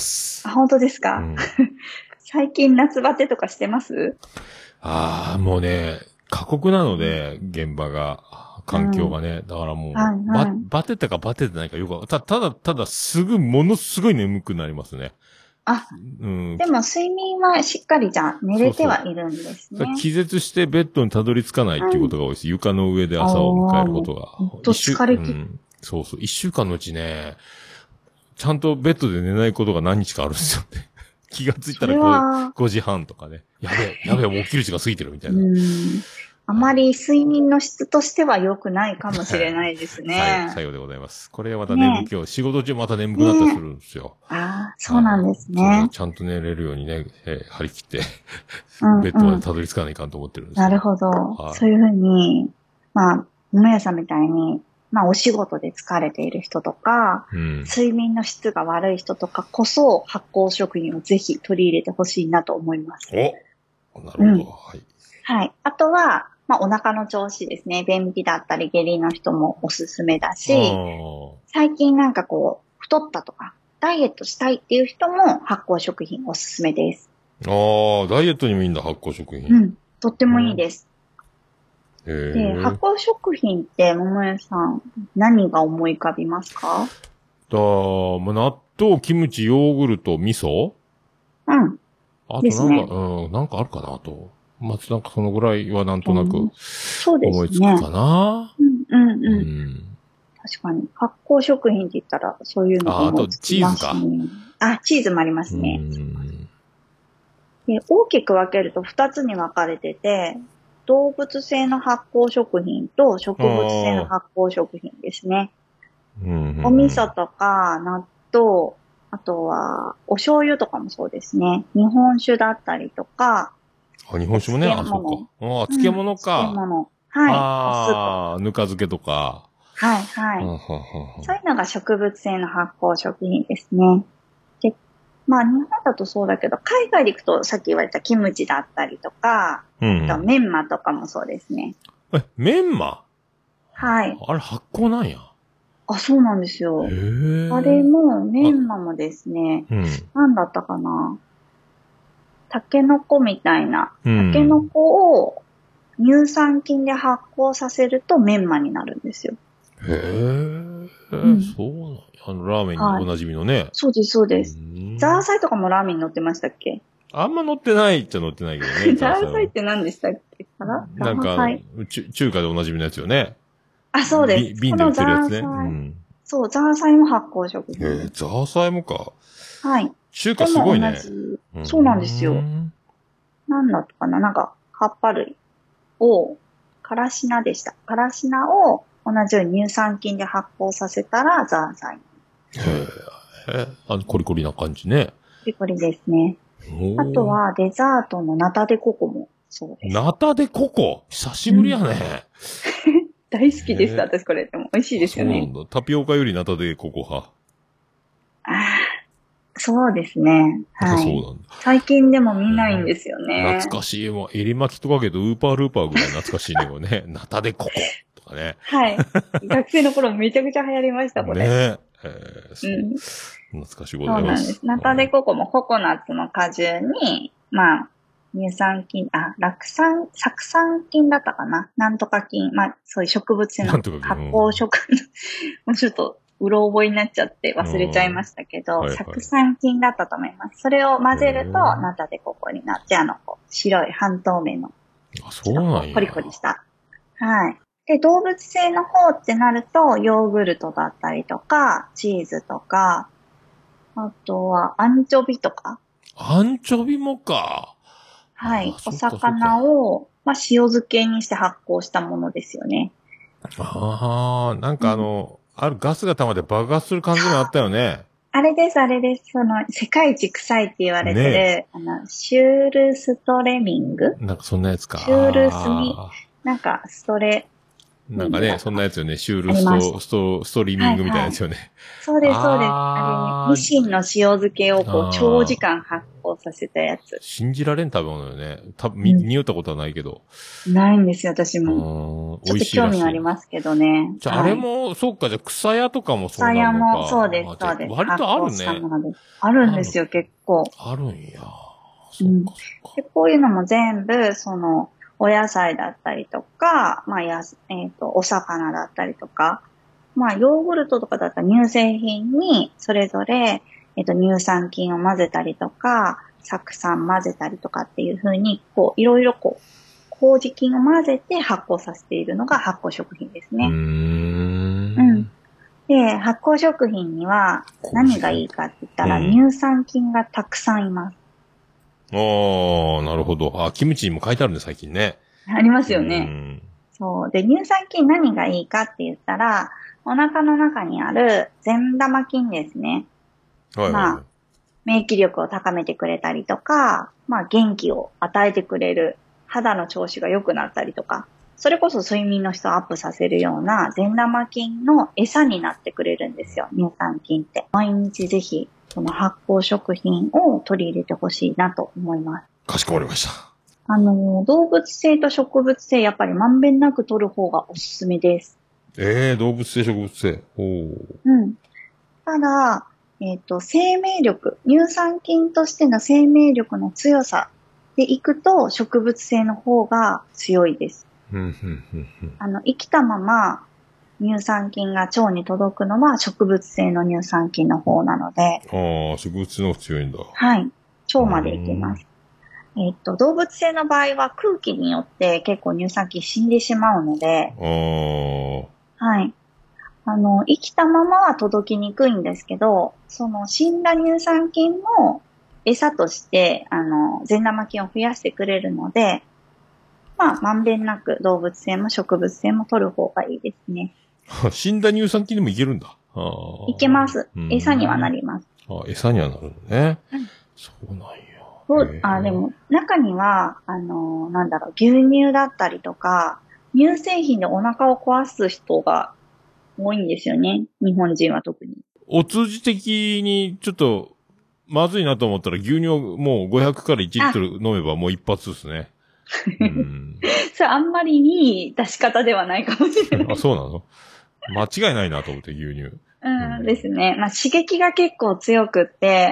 あ、本当ですか、うん、最近夏バテとかしてます？ ああ、もうね、過酷なので、現場が、環境がね。うん、だからもう、はいはい、バ、バテたかバテてないかよくた、ただ、ただ、すぐ、ものすごい眠くなりますね。 あ、うん、でも睡眠はしっかりじゃ寝れてはいるんですね。そうそう、 気絶してベッドにたどり着かないっていうことが多いです。うん、床の上で朝を迎えることが。 ほんと疲れて、うん、 そうそう。一週間のうちね、ちゃんとベッドで寝ないことが何日かあるんですよね。気がついたら 5, ごじはんとかね。やべえ、やべえ、もう起きる時間過ぎてるみたいな。 うんあまり睡眠の質としては良くないかもしれないですね。 さようでございます。これはまた眠気を、ね、仕事中また眠くなったりするんですよ。 ね、ああ、そうなんですね。 ちゃんと寝れるようにね、えー、張り切って、うんうん、ベッドまでたどり着かないかんと思ってるんですなるほど。そういうふうに、まあ、桃屋さんみたいに、まあお仕事で疲れている人とか、うん、睡眠の質が悪い人とかこそ発酵食品をぜひ取り入れてほしいなと思います。 お、なるほど。うん、はい。 はい。あとは、まあ、お腹の調子ですね。便秘だったり下痢の人もおすすめだし、最近なんかこう、太ったとか、 ダイエットしたいっていう人も発酵食品おすすめです。 ああ、ダイエットにもいいんだ、発酵食品。 うん。とってもいいです。 うん、へで、発酵食品って、桃屋さん、何が思い浮かびますか？ だまあ、納豆、キムチ、ヨーグルト、味噌うん。 あとなんか、 ですね、 うん、なんかあるかなと。まあ、なんかそのぐらいはなんとなくそうですね。 思いつくかな。 うん、うん、うん。 うん、 確かに。発酵食品って言ったら、そういうのあ、あと思いつきますね。あ、チーズもありますね。 うん、 で、大きく分けるとふたつに分かれてて、動物性の発酵食品と植物性の発酵食品ですね。 うんうんうん、 お味噌とか納豆、あとはお醤油とかもそうですね。日本酒だったりとか、 あ、日本酒もね、あ、そうか。あ、漬物か。 うん、漬物。はい。 ああ、ぬか漬けとか。 はい、はい。 はははそういうのが植物性の発酵食品ですね。で、まあ日本だとそうだけど、海外で行くとさっき言われたキムチだったりとか、 うん、 あとメンマとかもそうですね。 え、メンマ？ はい。 あれ発酵なんや。 あ、そうなんですよ。 へえ。 あれもメンマもですね、 うん。 なんだったかな。タケノコみたいな。 うん、 タケノコを乳酸菌で発酵させるとメンマになるんですよ。 へえ、うん、そうなんや。あの、ラーメンにおなじみのね。はい、 そうです、そうです。ザーサイとかもラーメンに乗ってましたっけ？ あんま乗ってないっちゃ乗ってないけどね。 ザーサイって何でしたっけ？ なんか、中華でおなじみのやつよね。 あ、そうです。 瓶で売ってるやつね。うん、 そう、ザーサイも発酵食品。 へえ、ザーサイもか。 はい。 中華すごいね。 そうなんですよ。なんだったかななんか、葉っぱ類を、カラシナでした。カラシナを同じように乳酸菌で発酵させたらザーサイ。 へえ、あの、コリコリな感じね。 コリコリですね。あとは、デザートのナタデココもそうです。 ナタデココ久しぶりやね。 うん、大好きです、私これ。でも美味しいですよね。 そうなんだ。タピオカよりナタデココ派。 ああ、そうですね。はい。そうなんだ。最近でも見ないんですよね。 懐かしいわ。エリマキトカゲとウーパールーパーぐらい懐かしいね、これね。ナタデココとかね。 はい。学生の頃めちゃくちゃ流行りました、これ。 ねえ。ー、そう、うん。懐かしいございます。そうなんです。 ナタデココもココナッツの果汁に、まあ、乳酸菌、あ、酪酸、酢酸菌だったかななんとか菌。まあ、そういう植物性の発酵食、もうちょっと、うろ覚えになっちゃって忘れちゃいましたけど、はいはい、酢酸菌だったと思います。それを混ぜると、ナタデココになって、あの、白い半透明の、 あ、そうなんや。 コリコリした。はい。で、動物性の方ってなると、ヨーグルトだったりとか、チーズとか、あとは、アンチョビとか。 アンチョビもか。 はい。お魚を、まあ、塩漬けにして発酵したものですよね。 ああ、なんかあの、うん、あるガスが溜まって爆発する感じもあったよね。 あれです、あれです。その、世界一臭いって言われてる、ね、あの、シュールストレミングなんかそんなやつか。 シュールスミ、なんか、ストレ、 なんかね、そんなやつよね。シュールスト、スト、ストリーミングみたいなやつよね。はいはい、 そうです、そうです。あれ、ニシンの塩漬けをこう、長時間発酵させたやつ。 信じられん食べ物よね。たぶん、匂ったことはないけど。 ないんですよ、私も。ちょっと興味がありますけどね。 じゃあ、あれも、そっか、じゃあ、草屋とかもそうなのか。 草屋も、そうです、そうです。 割とあるね。 あるんですよ、結構。 あるんや。 そっか、そっか。で、こういうのも全部、その、お野菜だったりとか、まあや、えっと、お魚だったりとか、まあ、ヨーグルトとかだったら乳製品に、それぞれ、えっと、乳酸菌を混ぜたりとか、酢酸混ぜたりとかっていう風に、こう、いろいろこう、麹菌を混ぜて発酵させているのが発酵食品ですね。うーん。うん。で、発酵食品には何がいいかって言ったら、乳酸菌がたくさんいます。 ああ、なるほど。あ、キムチにも書いてあるね、最近ね。 ありますよね。うん、そう。で、乳酸菌何がいいかって言ったら、お腹の中にある善玉菌ですね。はいはい、まあ、免疫力を高めてくれたりとか、まあ、元気を与えてくれる、肌の調子が良くなったりとか、それこそ睡眠の質をアップさせるような善玉菌の餌になってくれるんですよ、乳酸菌って。毎日ぜひ、その発酵食品を取り入れてほしいなと思います。 かしこまりました。 あの、動物性と植物性、やっぱりまんべんなく取る方がおすすめです。 ええー、動物性、植物性。おー。 うん。ただ、 えっと、生命力、乳酸菌としての生命力の強さでいくと植物性の方が強いです。 うんうんうんうん、 あの、生きたまま乳酸菌が腸に届くのは植物性の乳酸菌の方なので。 ああ、植物の方が強いんだ。 はい。腸まで行きます。えっと、動物性の場合は空気によって結構乳酸菌死んでしまうので。 ああ。 はい。あの、生きたままは届きにくいんですけど、その死んだ乳酸菌も餌として、あの、善玉菌を増やしてくれるので、まあ、まんべんなく動物性も植物性も取る方がいいですね。 死んだ乳酸菌でもいけるんだ。あいけます。餌にはなります。 あ、餌にはなるのね。うん、そうなんや。 そう、あ、でも、中には、あの、なんだろう、牛乳だったりとか、乳製品でお腹を壊す人が多いんですよね。日本人は特に。 お通じ的にちょっとまずいなと思ったら牛乳をもうごひゃくからいちリットル飲めばもう一発ですね。うん、 それあんまりいい出し方ではないかもしれない。 あ、そうなの？間違いないなと思って牛乳。 うん、うん、ですね。まあ刺激が結構強くって、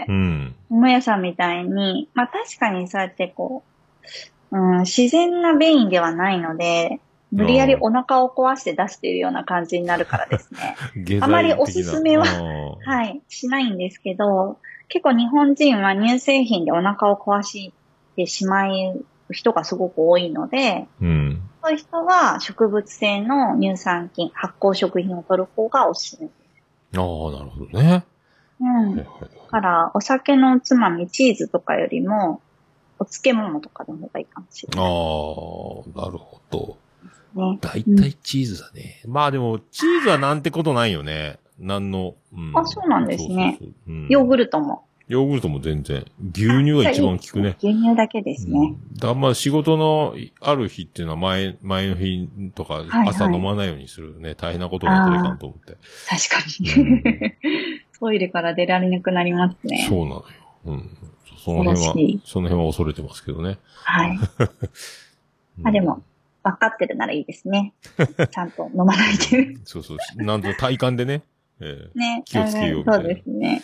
うん。桃屋さんみたいに、まあ確かにそうやってこう、うん、自然な便意ではないので、無理やりお腹を壊して出しているような感じになるからですね。あまりおすすめは、はい、しないんですけど、結構日本人は乳製品でお腹を壊してしまう人がすごく多いので、うん、そういう人は植物性の乳酸菌、発酵食品を取る方がおすすめです。 ああ、なるほどね。 うん。だから、お酒のおつまみ、チーズとかよりも、お漬物とかの方がいいかもしれない。 ああ、なるほど。ね。だいたいチーズだね。うん、まあでも、チーズはなんてことないよね。なんの、 うん。あ、そうなんですね。そうそうそう、うん。ヨーグルトも。 ヨーグルトも全然。牛乳が一番効くね。 牛乳だけですね。 うん、だまあ仕事のある日っていうのは前、前の日とか朝飲まないようにするね。はいはい、大変なことになってるかんと思って。 確かに。うん、トイレから出られなくなりますね。 そうなのよ。うん。その辺は、その辺は恐れてますけどね。 はい。あ、でも、分かってるならいいですね。ちゃんと飲まないで。 そうそう。なんと体感でね。えー、ね。気をつけようみたいな。そうですね。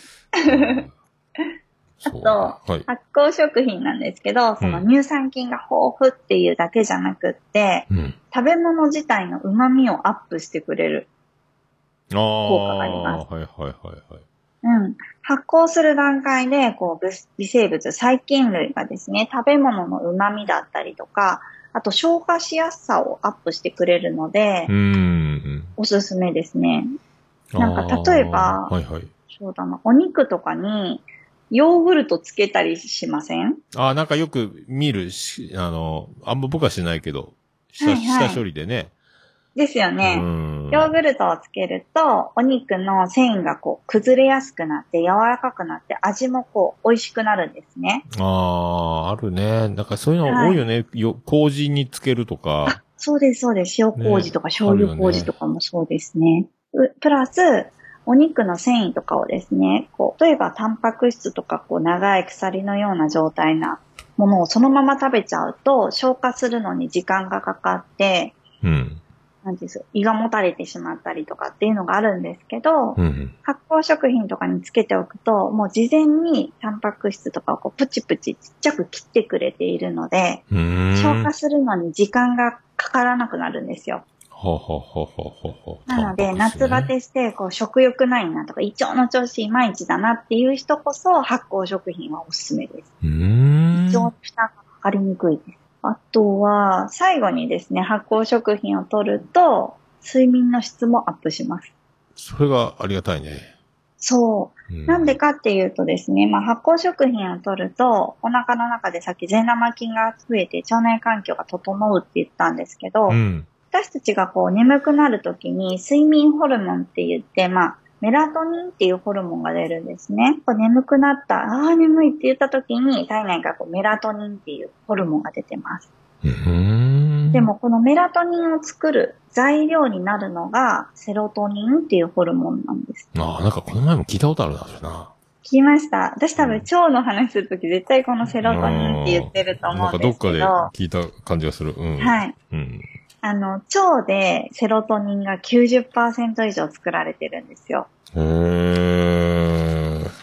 あと、はい、発酵食品なんですけど、その乳酸菌が豊富っていうだけじゃなくって、うん、食べ物自体の旨味をアップしてくれる効果があります。 はいはいはいはい。 うん。発酵する段階で、こう、微生物、細菌類がですね、食べ物の旨味だったりとか、あと消化しやすさをアップしてくれるので、うん、おすすめですね。なんか例えば、はいはい、そうだな、お肉とかにヨーグルトつけたりしません？ ああ、なんかよく見るし、あの、あんま僕はしないけど、下、はいはい、下処理でね。 ですよね。ヨーグルトをつけると、お肉の繊維がこう崩れやすくなって柔らかくなって味もこう美味しくなるんですね。 ああ、あるね。なんかそういうの多いよね。はい、よ麹につけるとか。 あ、そうです、そうです。塩麹とか、ね、醤油麹とかもそうですね。プラス、お肉の繊維とかをですね、こう、例えばタンパク質とか、こう、長い鎖のような状態なものをそのまま食べちゃうと、消化するのに時間がかかって、うん。なんです、胃がもたれてしまったりとかっていうのがあるんですけど、うん、発酵食品とかにつけておくと、もう事前にタンパク質とかをこうプチプチちっちゃく切ってくれているので、消化するのに時間がかからなくなるんですよ。 はははははなので、夏バテして、こう、食欲ないなとか、胃腸の調子いまいちだなっていう人こそ、発酵食品はおすすめです。うーん。胃腸の負担がかかりにくいです。あとは、最後にですね、発酵食品を取ると、睡眠の質もアップします。 それがありがたいね。 そう。うん、なんでかっていうとですね、まあ、発酵食品を取ると、お腹の中でさっき善玉菌が増えて腸内環境が整うって言ったんですけど、うん、私たちがこう眠くなるときに睡眠ホルモンって言って、まあ、メラトニンっていうホルモンが出るんですね。こう眠くなった、ああ、眠いって言ったときに体内からこうメラトニンっていうホルモンが出てます。うーん、でもこのメラトニンを作る材料になるのがセロトニンっていうホルモンなんです。 ああ、なんかこの前も聞いたことあるな、それな。 聞きました。私多分腸の話するとき絶対このセロトニンって言ってると思うんですけど。 なんかどっかで聞いた感じがする。うん、 はい。うんあの、腸でセロトニンが きゅうじゅっパーセント 以上作られてるんですよ。へー。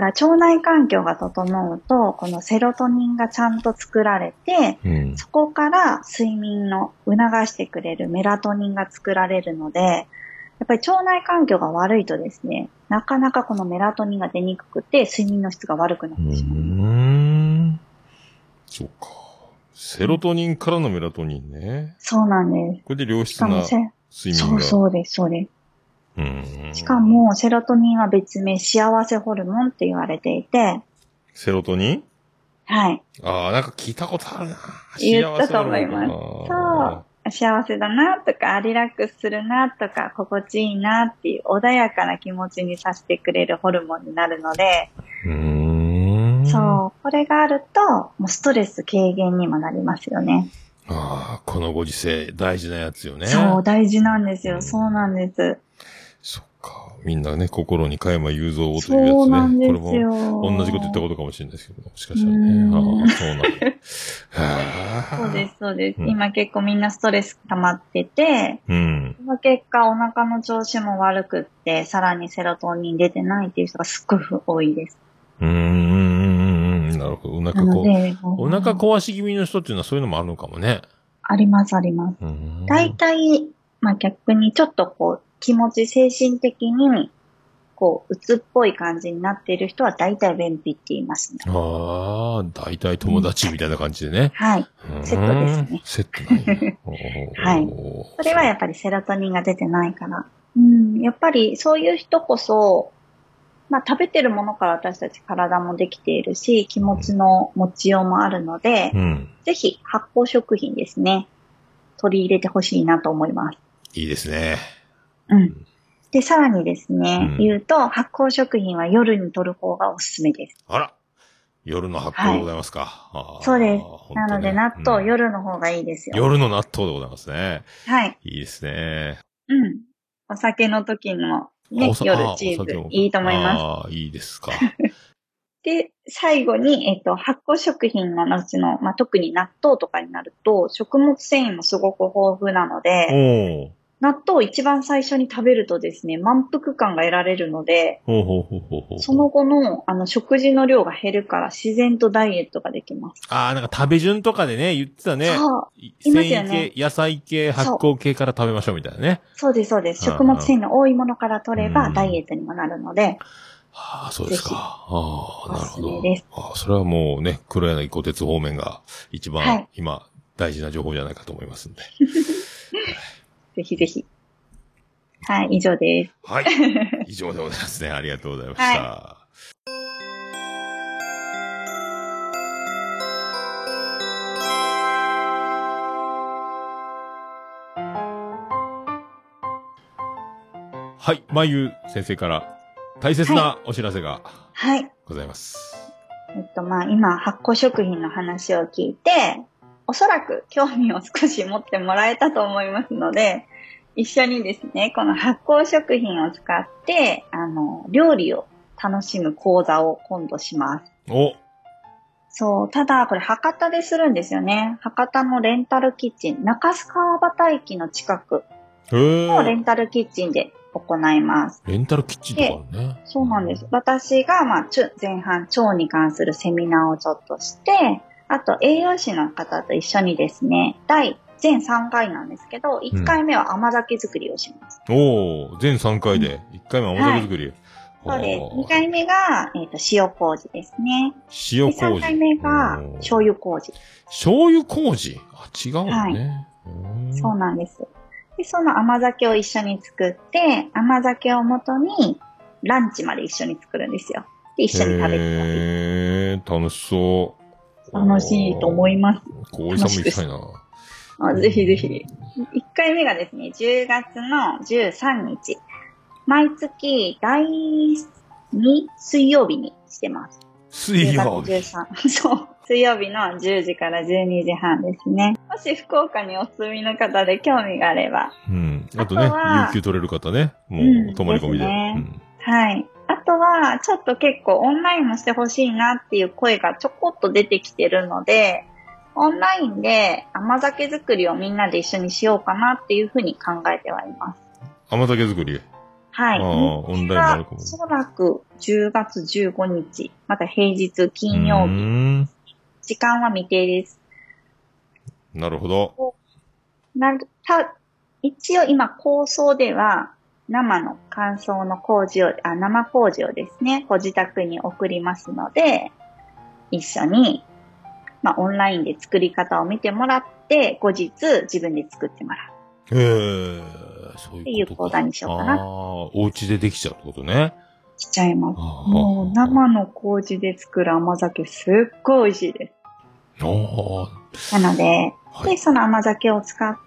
から腸内環境が整うと、このセロトニンがちゃんと作られて、うん、そこから睡眠の促してくれるメラトニンが作られるので、やっぱり腸内環境が悪いとですね、なかなかこのメラトニンが出にくくて、睡眠の質が悪くなってしまう。うーん。 そうか。セロトニンからのメラトニンね。 そうなんです。 これで良質な睡眠が。 そうそうです、そうです。うん。しかも、セロトニンは別名幸せホルモンって言われていて。 セロトニン？ はい。 ああ、なんか聞いたことあるな。 言ったと思います。そう。幸せだなとか、リラックスするなとか、心地いいなっていう穏やかな気持ちにさせてくれるホルモンになるので。うーん。そう。これがあると、もうストレス軽減にもなりますよね。 ああ、このご時世大事なやつよね。 そう、大事なんですよ。うん、そうなんです。 そっか。みんなね、心に加山雄三をというやつね。そうなんですよ。これも同じこと言ったことかもしれないですけど、もしかしたらね。ああ、そうなんだ。 そうです、そうです、うん。今結構みんなストレス溜まってて、うん、その結果お腹の調子も悪くって、さらにセロトニン出てないっていう人がすっごい多いです。 うーん、なるほど。お腹こう、お腹壊し気味の人っていうのはそういうのもあるのかもね。 あります、あります。大体、まあ逆にちょっとこう、気持ち、精神的に、こう、鬱っぽい感じになっている人は大体便秘って言いますね。 ああ、大体友達みたいな感じでね。うん、 はい。セットですね。 セットなんや。 はい。それはやっぱりセロトニンが出てないから。うん、やっぱりそういう人こそ、まあ食べてるものから私たち体もできているし、気持ちの持ちようもあるので、うん、ぜひ発酵食品ですね。取り入れてほしいなと思います。 いいですね。 うん。で、さらにですね、うん、言うと、発酵食品は夜に摂る方がおすすめです。 あら、夜の発酵でございますか。 はい、そうです。ね、なので、納豆、うん、夜の方がいいですよ。 夜の納豆でございますね。 はい。 いいですね。 うん。お酒の時の、ね、夜チーズ、いいと思います。 ああ、いいですか。 で、最後に、えっと、発酵食品のうちの、まあ、特に納豆とかになると、食物繊維もすごく豊富なので、納豆を一番最初に食べるとですね、満腹感が得られるので、ほうほうほうほうほう、その後の、あの、食事の量が減るから自然とダイエットができます。 ああ、なんか食べ順とかでね、言ってたね。そう。繊維系、野菜系、発酵系から食べましょうみたいなね。 そうです、そうです。食物繊維の多いものから取ればダイエットにもなるので、 ああ、そうですか。ああ、なるほど。ああ、それはもうね、黒柳小鉄方面が一番、はい、今大事な情報じゃないかと思いますんで。 ぜひぜひ。はい、以上です。 はい。以上でございますね。ありがとうございました。はい、はい、まゆ先生から大切なお知らせがございます。 はいはい、えっと、まあ、今、発酵食品の話を聞いて、おそらく興味を少し持ってもらえたと思いますので、一緒にですね、この発酵食品を使って、あの、料理を楽しむ講座を今度します。おそう、ただ、これ博多でするんですよね。博多のレンタルキッチン、中須川端駅の近くのレンタルキッチンで行います。 レンタルキッチンとかあるね。 そうなんです。私が、まあ、前半、腸に関するセミナーをちょっとして、あと栄養士の方と一緒にですね、第全さんかいなんですけど、いっかいめは甘酒作りをします。 うん、おー、全さんかいで、いっかいめは甘酒作り。はい、 そうです。にかいめが、えっと、塩麹ですね。 塩麹。さんかいめが、醤油麹。 醤油麹あ、違うのね、 はい。そうなんです。で、その甘酒を一緒に作って、甘酒を元に、ランチまで一緒に作るんですよ。で、一緒に食べてへー、楽しそう。 楽しいと思います。 小井さんも行きたいな。 あ、ぜひぜひ。いっかいめがですね、じゅうがつのじゅうさんにち。毎月だいに水曜日にしてます。 水曜日じゅうがつじゅうさんそう。水曜日のじゅうじからじゅうにじはんですね。もし福岡にお住みの方で興味があれば。 うん。あとね、有給取れる方ね。もう、泊まり込みで。うんねうん、はい。あとは、ちょっと結構オンラインもしてほしいなっていう声がちょこっと出てきてるので、オンラインで甘酒作りをみんなで一緒にしようかなっていうふうに考えてはいます。 甘酒作りはい。 ああ、オンラインもあるかも。 おそらくじゅうがつじゅうごにち、また平日金曜日。 うーん。 時間は未定です。 なるほど。 なる、た、一応今構想では、生の乾燥の麹を、あ、生麹をですね、ご自宅に送りますので、一緒に、まあ、オンラインで作り方を見てもらって、後日自分で作ってもらう。 へえ、そういうことか。 っていう講座にしようかな。 ああ、お家でできちゃうってことね。 しちゃいます。 あもう生の麹で作る甘酒すっごい美味しいです。 ああ。 なので、 はい、 で、その甘酒を使って、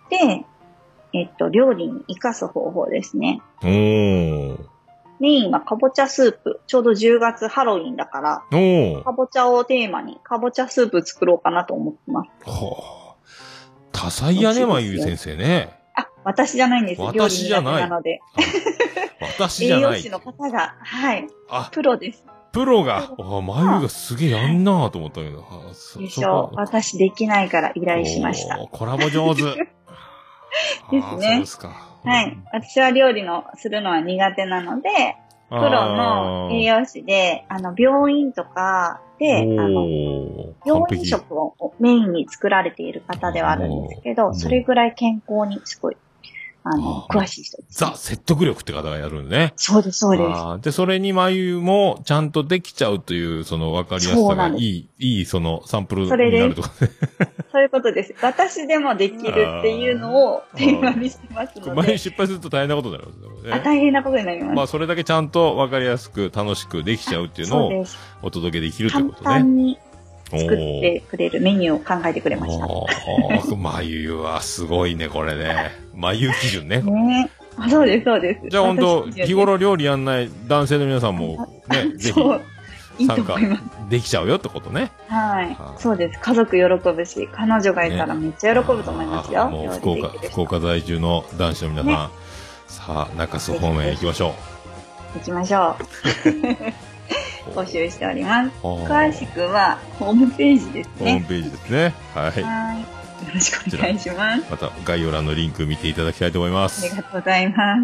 えっと、料理に活かす方法ですね。 おー。 メインはかぼちゃスープ。ちょうどじゅうがつハロウィンだから、 おー。 かぼちゃをテーマにかぼちゃスープ作ろうかなと思ってます。 はあ。多彩やね、まゆゆ先生ね。 あ、私じゃないんです。 私じゃない。 なので。 私じゃない。 栄養士の方が、はい。あ、プロです。 プロが、あ、まゆがすげえやんなぁと思ったけど。 でしょう。私できないから依頼しました。 コラボ上手。 ですね。そうですか。はい。私は料理のするのは苦手なので、プロの栄養士で、あの、病院とかで、あの、病院食をメインに作られている方ではあるんですけど、それぐらい健康にすごい、あの、詳しい人です、 ね。ザ・説得力って方がやるんね。 そうです、そうです。 で、それに眉もちゃんとできちゃうという、その分かりやすさがいい、いい、そのサンプルになるとかね。 そういうことです。私でもできるっていうのをテーマにしてますので。 眉失敗すると大変なことになりますね。 あ、大変なことになります。 まあ、それだけちゃんと分かりやすく楽しくできちゃうっていうのをお届けできるということね。 簡単に作ってくれるメニューを考えてくれました。 ああ、眉はすごいね、これね。眉基準ね。 ね。あ、そうです、そうです。 じゃあ本当、日頃料理やんない男性の皆さんもね、ぜひ参加できちゃうよってことね。 はい。そうです。家族喜ぶし、彼女がいたらめっちゃ喜ぶと思いますよ。 もう福岡、福岡在住の男子の皆さん、さあ、中洲方面へ行きましょう。行きましょう。募集しております。詳しくは、ホームページですね。 ホームページですね。はい。 はい。よろしくお願いします。 また概要欄のリンク見ていただきたいと思います。 ありがとうございます。はい。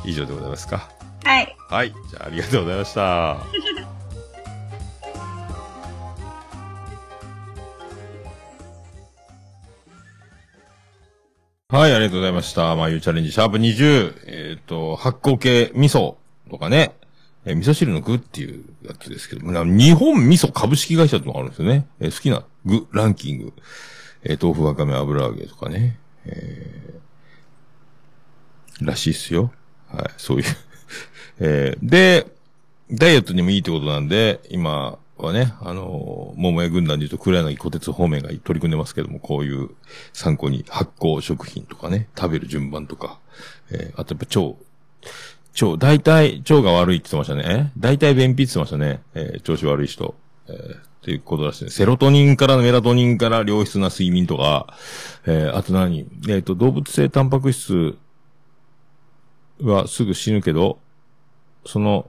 以上でございますか。 はい。 はい。じゃあ、ありがとうございました。はい、ありがとうございました。まあ、いうチャレンジ、シャープにじゅう。えっ、ー、と、発酵系味噌とかね。えー、味噌汁の具っていうやつですけども、日本味噌株式会社ってのがあるんですよね。えー、好きな具ランキング。えー、豆腐わかめ油揚げとかね。えー、らしいっすよ。はい、そういう。えー、で、ダイエットにもいいってことなんで、今はね、あのー、桃屋軍団で言うと黒柳小鉄方面が取り組んでますけども、こういう参考に発酵食品とかね、食べる順番とか、えー、あとやっぱ腸、腸、大体腸が悪いって言ってましたね。大体便秘って言ってましたね。えー、調子悪い人。えー、っていうことらしいね。セロトニンからメラトニンから良質な睡眠とか、えー、あと何えっと、動物性タンパク質はすぐ死ぬけど、その、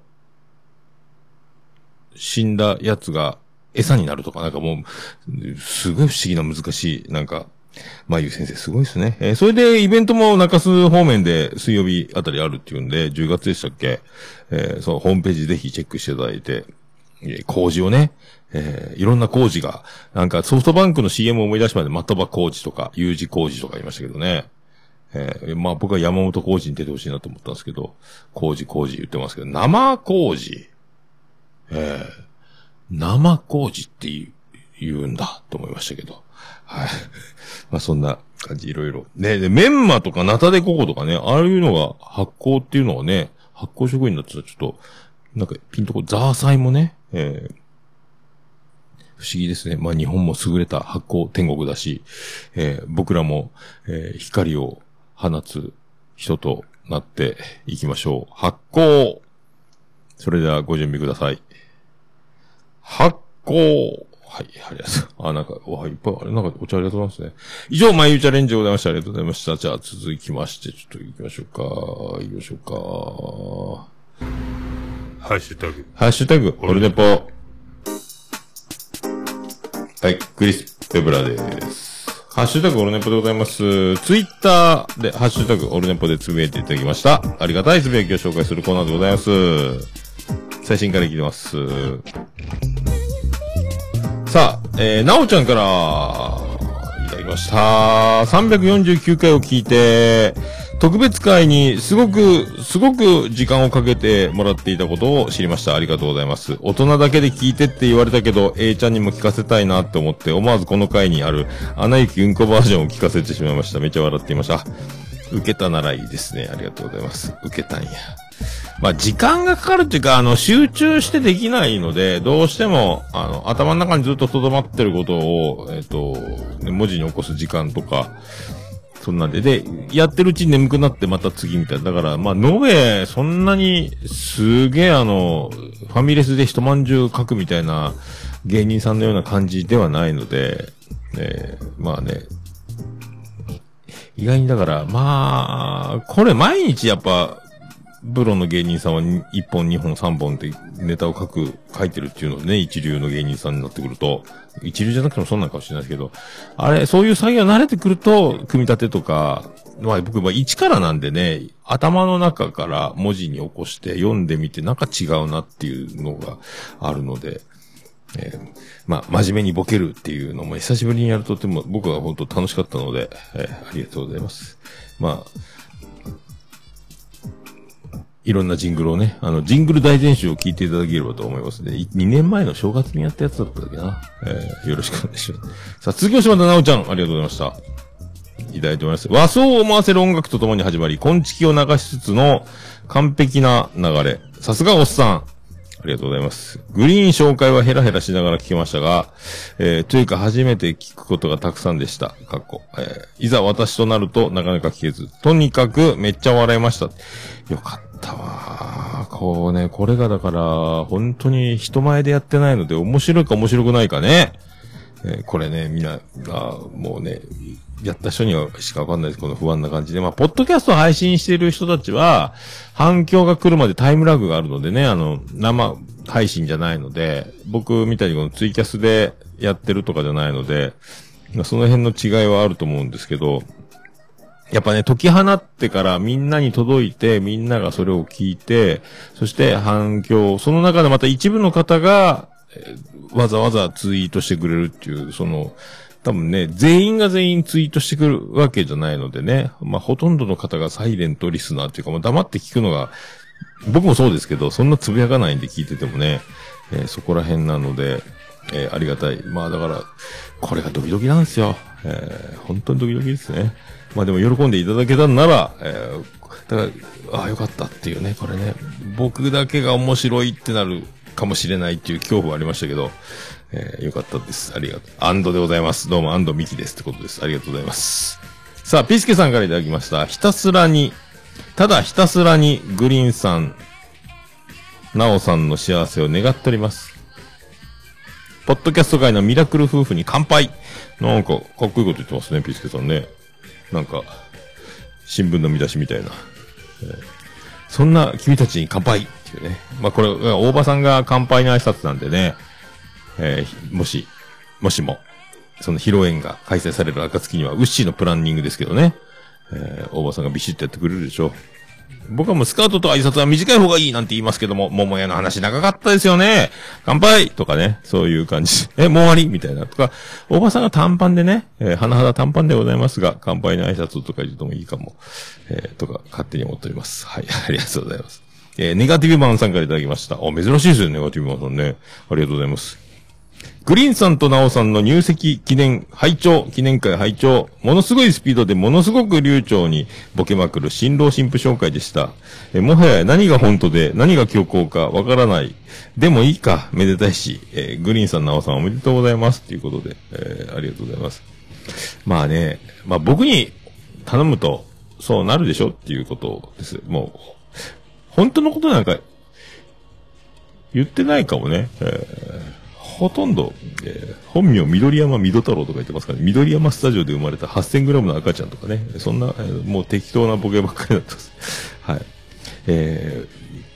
死んだやつが餌になるとか、なんかもう、すごい不思議な難しい、なんか、まゆ先生すごいですね。えー、それでイベントも中洲方面で水曜日あたりあるっていうんで、じゅうがつでしたっけえー、そのホームページぜひチェックしていただいて、えー、工事をね、えー、いろんな工事が、なんかソフトバンクの シーエム を思い出しまで、的場工事とか、有事工事とか言いましたけどね。えー、まあ僕は山本工事に出てほしいなと思ったんですけど、工事工事言ってますけど、生工事。えー、生麹って言うんだと思いましたけど。はい。まあそんな感じいろいろ。ね、で、メンマとかナタデココとかね、ああいうのが発酵っていうのはね、発酵食品だったらちょっと、なんかピンとこ、ザーサイもね、えー、不思議ですね。まあ日本も優れた発酵天国だし、えー、僕らも、えー、光を放つ人となっていきましょう。発酵。それではご準備ください。発酵。はい、ありがとうございます。あ、なんか、わ、いっぱい、あれ、なんか、お茶ありがとうございますね。以上、まゆチャレンジでございました。ありがとうございました。じゃあ、続きまして、ちょっと行きましょうか。行きましょうか。ハッシュタグ。ハッシュタグ、オルネポ。はい、クリス・ペブラです。 ハッシュタグオルネポでございます。ツイッターでハッシュタグオルネポでつぶやいていただきました。ありがたいつぶやきを紹介するコーナーでございます。最新からいきます。さあ、えー、なおちゃんからいただきました。さんびゃくよんじゅうきゅうかいを聞いて、特別会にすごく、すごく時間をかけてもらっていたことを知りました。ありがとうございます。大人だけで聞いてって言われたけど、A ちゃんにも聞かせたいなって思って、思わずこの回にある、アナ雪うんこバージョンを聞かせてしまいました。めっちゃ笑っていました。受けたならいいですね。ありがとうございます。受けたんや。まあ、時間がかかるっていうか、あの、集中してできないので、どうしても、あの、頭の中にずっと留まってることを、えっと、文字に起こす時間とか、そんなんで、で、やってるうちに眠くなってまた次みたいな。だから、まあ、延べ、そんなに、すげえあの、ファミレスで一晩中書くみたいな芸人さんのような感じではないので、えー、まあね、意外にだから、まあ、これ毎日やっぱ、プロの芸人さんはいっぽん、にほん、さんぼんってネタを書く、書いてるっていうのでね、一流の芸人さんになってくると、一流じゃなくてもそんなかもしれないですけど、あれ、そういう作業慣れてくると、組み立てとか、まあ僕は一からなんでね、頭の中から文字に起こして読んでみてなんか違うなっていうのがあるので、えー、まあ真面目にボケるっていうのも久しぶりにやるととても僕は本当楽しかったので、えー、ありがとうございます。まあ、いろんなジングルをね、あの、ジングル大全集を聞いていただければと思いますね。にねんまえの正月にやったやつだったっけな。えー、よろしくお願いします。さあ、続きましてまたなおちゃん、ありがとうございました。いただいております。和装を思わせる音楽とともに始まり、昆虫を流しつつの完璧な流れ。さすがおっさん。ありがとうございます。グリーン紹介はヘラヘラしながら聞きましたが、えー、というか初めて聞くことがたくさんでした。かっこ。えー、いざ私となるとなかなか聞けず、とにかくめっちゃ笑いました。よかったわ。こうね、これがだから、本当に人前でやってないので面白いか面白くないかね。えー、これね、みんなが、もうね、やった人にはしかわかんないです。この不安な感じで。まあ、ポッドキャストを配信している人たちは、反響が来るまでタイムラグがあるのでね、あの、生配信じゃないので、僕みたいにこのツイキャスでやってるとかじゃないので、その辺の違いはあると思うんですけど、やっぱね、解き放ってからみんなに届いて、みんながそれを聞いて、そして反響、その中でまた一部の方が、えー、わざわざツイートしてくれるっていう、その、多分ね、全員が全員ツイートしてくるわけじゃないのでね、まあ、ほとんどの方がサイレントリスナーっていうか、もう黙って聞くのが、僕もそうですけど、そんなつぶやかないんで聞いててもね、えー、そこら辺なので、えー、ありがたい。まあだから、これがドキドキなんですよ。えー、本当にドキドキですね。まあでも喜んでいただけたんなら、えー、だから、ああ、よかったっていうね、これね、僕だけが面白いってなるかもしれないっていう恐怖はありましたけど、えー、よかったです。ありがとう。アンドでございます。どうも、アンドミキですってことです。ありがとうございます。さあ、ピスケさんからいただきました。ひたすらに、ただひたすらにグリーンさん、ナオさんの幸せを願っております。ポッドキャスト界のミラクル夫婦に乾杯。なんか、かっこいいこと言ってますね、ピスケさんね。なんか、新聞の見出しみたいな。えー、そんな君たちに乾杯っていうね。まあ、これ、大場さんが乾杯の挨拶なんでね。えー、もし、もしも、その披露宴が開催される暁には、ウッシーのプランニングですけどね。えー、大場さんがビシッとやってくれるでしょう。僕はもうスカートと挨拶は短い方がいいなんて言いますけども、桃屋の話長かったですよね。乾杯とかね、そういう感じ。え、もう終わりみたいな。とか、大場さんが短パンでね、えー、甚だ短パンでございますが、乾杯の挨拶とか言うともいいかも。えー、とか、勝手に思っております。はい、ありがとうございます。えー、ネガティブマンさんからいただきました。あ、珍しいですよね、ネガティブマンさんね。ありがとうございます。グリーンさんとナオさんの入籍記念、拝聴、記念会拝聴、ものすごいスピードでものすごく流暢にボケまくる新郎新婦紹介でした。え、もはや何が本当で何が虚構かわからない。でもいいか、めでたいし、えー、グリーンさん、ナオさんおめでとうございます。ということで、えー、ありがとうございます。まあね、まあ僕に頼むと、そうなるでしょっていうことです。もう、本当のことなんか、言ってないかもね。えーほとんど、えー、本名緑山緑太郎とか言ってますからね。緑山スタジオで生まれた はっせんグラム の赤ちゃんとかね。そんな、えー、もう適当なボケばっかりだったんです。はい。えー、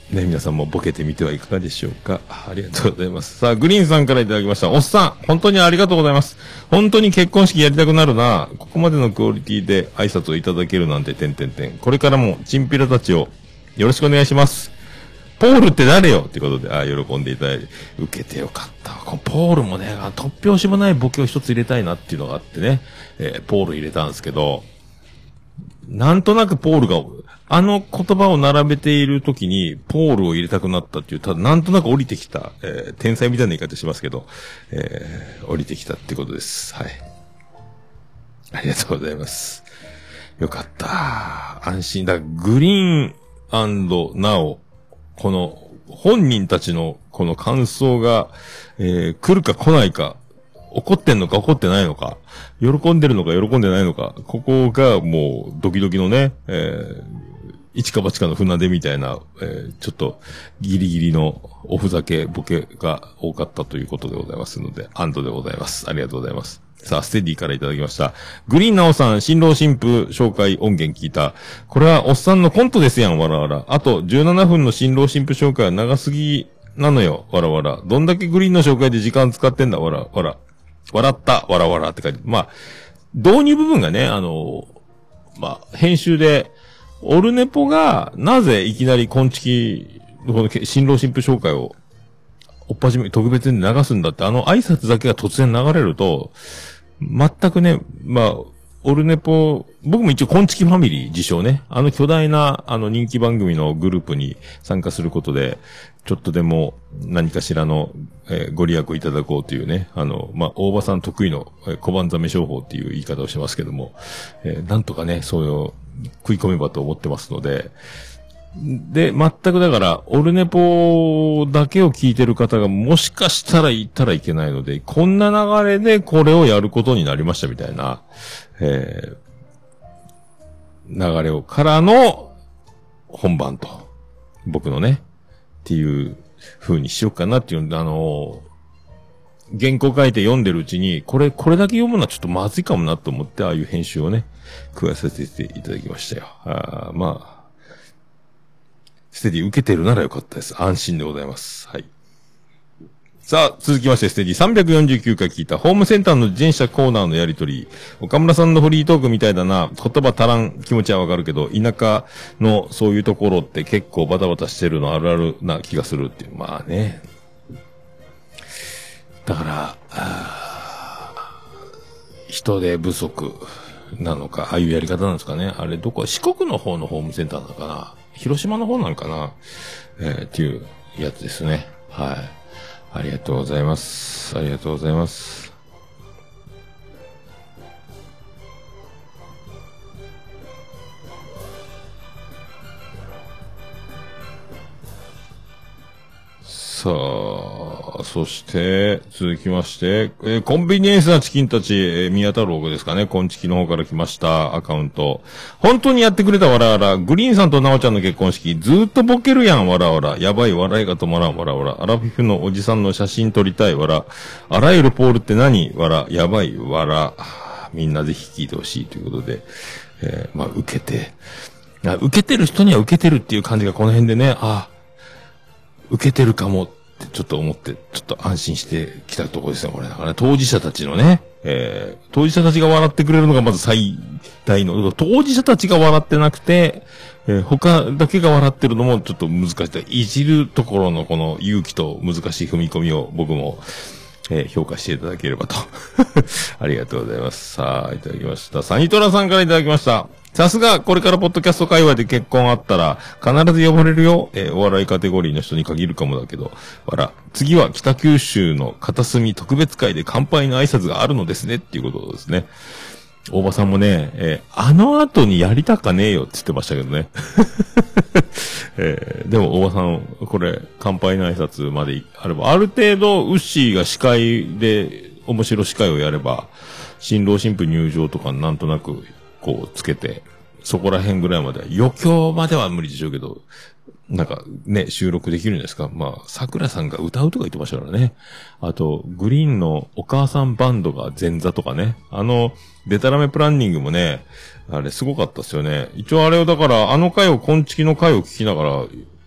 ね、皆さんもボケてみてはいかがでしょうか。ありがとうございます。さあ、グリーンさんからいただきました。おっさん、本当にありがとうございます。本当に結婚式やりたくなるな。ここまでのクオリティで挨拶をいただけるなんて、てんてんてん。これからも、チンピラたちを、よろしくお願いします。ポールって誰よってことで、あ、喜んでいただいて、受けてよかった。このポールもね、突拍子もないボケを一つ入れたいなっていうのがあってね、えー、ポール入れたんですけど、なんとなくポールが、あの言葉を並べているときに、ポールを入れたくなったっていう、ただなんとなく降りてきた、えー、天才みたいな言い方しますけど、えー、降りてきたってことです。はい。ありがとうございます。よかった。安心だ。グリーン&ナオ、この、本人たちのこの感想が、えー、来るか来ないか、怒ってんのか怒ってないのか、喜んでるのか喜んでないのか、ここがもうドキドキのね、えー、一か八かの船出みたいな、えー、ちょっとギリギリのおふざけボケが多かったということでございますので、安堵でございます。ありがとうございます。さあ、ステディからいただきました。グリーンナオさん、新郎新婦紹介音源聞いた。これはおっさんのコントですやん、わらわら。あと、じゅうななふんの新郎新婦紹介は長すぎなのよ、わらわら。どんだけグリーンの紹介で時間使ってんだ、わらわら。笑った、わらわらって書いて。まあ、導入部分がね、あの、まあ、編集で、オルネポが、なぜいきなりコンチキ、この新郎新婦紹介を、おっぱじめ、特別に流すんだって、あの挨拶だけが突然流れると、全くね、まあ、オルネポ、僕も一応コンチキファミリー自称ね、あの巨大な、あの人気番組のグループに参加することで、ちょっとでも何かしらの、えー、ご利益をいただこうというね、あの、まあ、大場さん得意の、えー、小判ザメ商法っていう言い方をしますけども、えー、なんとかね、そういう食い込めばと思ってますので、で、全くだから、オルネポだけを聞いてる方がもしかしたら言ったらいけないので、こんな流れでこれをやることになりましたみたいな、えー、流れをからの本番と、僕のね、っていう風にしようかなっていう、あのー、原稿書いて読んでるうちに、これ、これだけ読むのはちょっとまずいかもなと思って、ああいう編集をね、加えさせていただきましたよ。あまあ、ステディ受けてるならよかったです。安心でございます。はい。さあ、続きまして、ステディさんびゃくよんじゅうきゅうかい聞いたホームセンターの自転車コーナーのやりとり。岡村さんのフリートークみたいだな。言葉足らん気持ちはわかるけど、田舎のそういうところって結構バタバタしてるのあるあるな気がするっていう。まあね。だから、人手不足なのか、ああいうやり方なんですかね。あれ、どこ、四国の方のホームセンターなのかな。広島の方なんかな、えー、っていうやつですね。はい。ありがとうございます。ありがとうございます。さあ、そして、続きまして、えー、コンビニエンスなチキンたち、えー、宮太郎ですかね、コンチキの方から来ました、アカウント。本当にやってくれたわらわら、グリーンさんとナオちゃんの結婚式、ずーっとボケるやん、わらわら。やばい、笑いが止まらん、わらわら。アラフィフのおじさんの写真撮りたい、わら。あらゆるポールって何わら。やばい、わら。みんなぜひ聞いてほしいということで、えー、まあ、受けて、受けてる人には受けてるっていう感じがこの辺でね、あ、受けてるかもってちょっと思って、ちょっと安心してきたところですね、これ。だから当事者たちのね、えー、当事者たちが笑ってくれるのがまず最大の、当事者たちが笑ってなくて、えー、他だけが笑ってるのもちょっと難しい。いじるところのこの勇気と難しい踏み込みを僕も、えー、評価していただければと。ありがとうございます。さあ、いただきました。サニトラさんからいただきました。さすが、これからポッドキャスト界隈で結婚あったら、必ず呼ばれるよ。えー、お笑いカテゴリーの人に限るかもだけど。わら。次は北九州の片隅特別会で乾杯の挨拶があるのですね。っていうことですね。大場さんもね、えー、あの後にやりたかねえよって言ってましたけどね。えー、でも大場さん、これ、乾杯の挨拶まであれば、ある程度、ウッシーが司会で、面白司会をやれば、新郎新婦入場とかなんとなく、こう、つけて、そこら辺ぐらいまでは、余興までは無理でしょうけど、なんかね、収録できるんですか？まあ、桜さんが歌うとか言ってましたからね。あと、グリーンのお母さんバンドが前座とかね。あの、デタラメプランニングもね、あれすごかったですよね。一応あれをだから、あの回を、コンチキの回を聞きながら、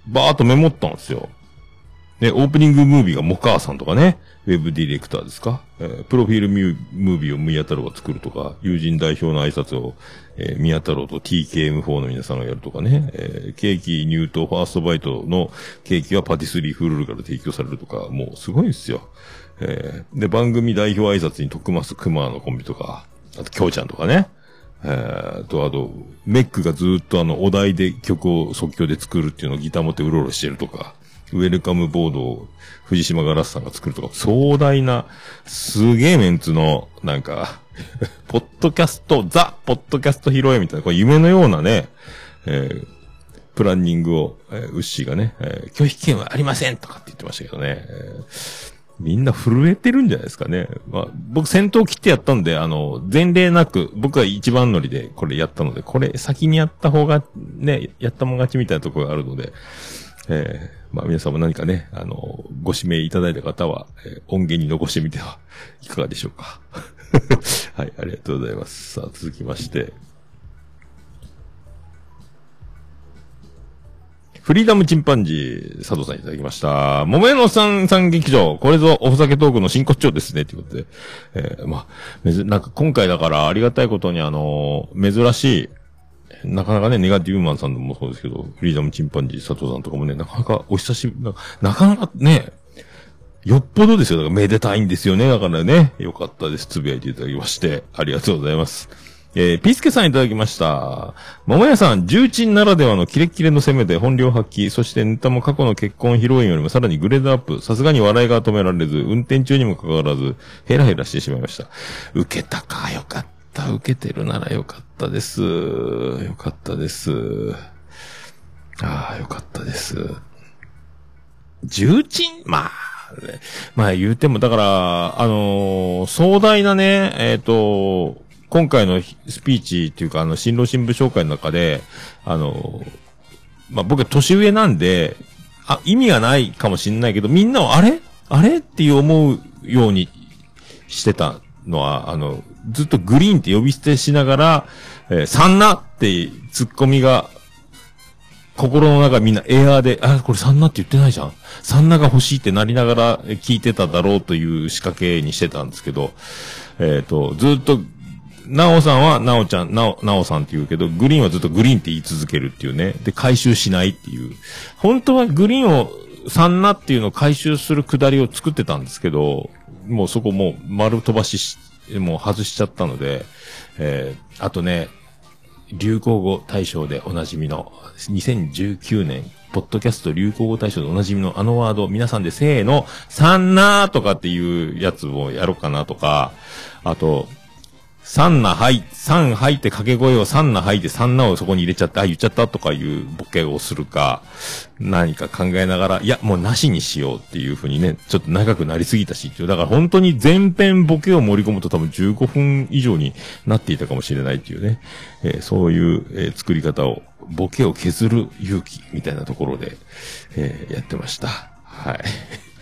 バーっとメモったんですよ。ね、オープニングムービーがモカーさんとかね、ウェブディレクターですか、えー、プロフィールミュームービーを宮太郎が作るとか、友人代表の挨拶を、えー、宮太郎と ティーケーエムフォー の皆さんがやるとかね、えー、ケーキ入刀ファーストバイトのケーキはパティスリーフルールから提供されるとか、もうすごいですよ。えー、で、番組代表挨拶に徳増熊のコンビとか、あと、きょうちゃんとかね、えー、と、あと、メックがずーっとあの、お題で曲を即興で作るっていうのをギター持ってうろうろしてるとか、ウェルカムボードを藤島ガラスさんが作るとか、壮大な、すげえメンツの、なんか、ポッドキャスト、ザ・ポッドキャスト披露宴みたいな、これ夢のようなね、えー、プランニングを、えー、ウッシーがね、えー、拒否権はありませんとかって言ってましたけどね、えー、みんな震えてるんじゃないですかね。まあ、僕先頭切ってやったんで、あの、前例なく、僕は一番乗りでこれやったので、これ先にやった方が、ね、やったもん勝ちみたいなところがあるので、えー、まあ皆さんも何かね、あの、ご指名いただいた方は、えー、音源に残してみてはいかがでしょうか。はい、ありがとうございます。さあ、続きまして。フリーダムチンパンジー、佐藤さんいただきました。桃屋のさんさん劇場、これぞおふざけトークの真骨頂ですね、ということで。えー、まあ、めず、なんか今回だからありがたいことにあの、珍しい、なかなかね、ネガティブマンさんもそうですけど、フリーダムチンパンジー佐藤さんとかもね、なかなかお久しぶり、な, なかなかね、よっぽどですよ。だからめでたいんですよね。だからね、よかったです。つぶやいていただきまして、ありがとうございます。えー、ピースケさんいただきました。桃屋さん、重鎮ならではのキレッキレの攻めで本領発揮、そしてネタも過去の結婚披露宴よりもさらにグレードアップ、さすがに笑いが止められず、運転中にもかかわらず、ヘラヘラしてしまいました。受けたか、よかった。受けてるならよかったです。よかったです。ああ、よかったです。重鎮まあ、まあ言うても、だから、あのー、壮大なね、えっと、今回のスピーチっていうか、あの、新郎新婦紹介の中で、あの、まあ、僕は年上なんで、あ、意味がないかもしんないけど、みんなをあれあれっていう思うようにしてたのは、あの、ずっとグリーンって呼び捨てしながら、えー、サンナってツッコミが、心の中みんなエアーで、あ、これサンナって言ってないじゃん。サンナが欲しいってなりながら聞いてただろうという仕掛けにしてたんですけど、えっと、ずっと、なおさんはなおちゃん、なお、なおさんって言うけど、グリーンはずっとグリーンって言い続けるっていうね。で、回収しないっていう。本当はグリーンを、サンナっていうのを回収するくだりを作ってたんですけど、もうそこもう丸飛ばしし、もう外しちゃったので、えー、あとね、流行語大賞でおなじみの、にせんじゅうきゅうねん、ポッドキャスト流行語大賞でおなじみのあのワード、皆さんでせーの、サンナーとかっていうやつをやろうかなとか、あと、サンナ吐い、サン吐いて掛け声をサンナ吐いてサンナをそこに入れちゃって、あ、言っちゃったとかいうボケをするか、何か考えながら、いや、もうなしにしようっていう風にね、ちょっと長くなりすぎたし、だから本当に全編ボケを盛り込むと多分じゅうごふん以上になっていたかもしれないっていうね、えー、そういう、えー、作り方を、ボケを削る勇気みたいなところで、えー、やってました。はい。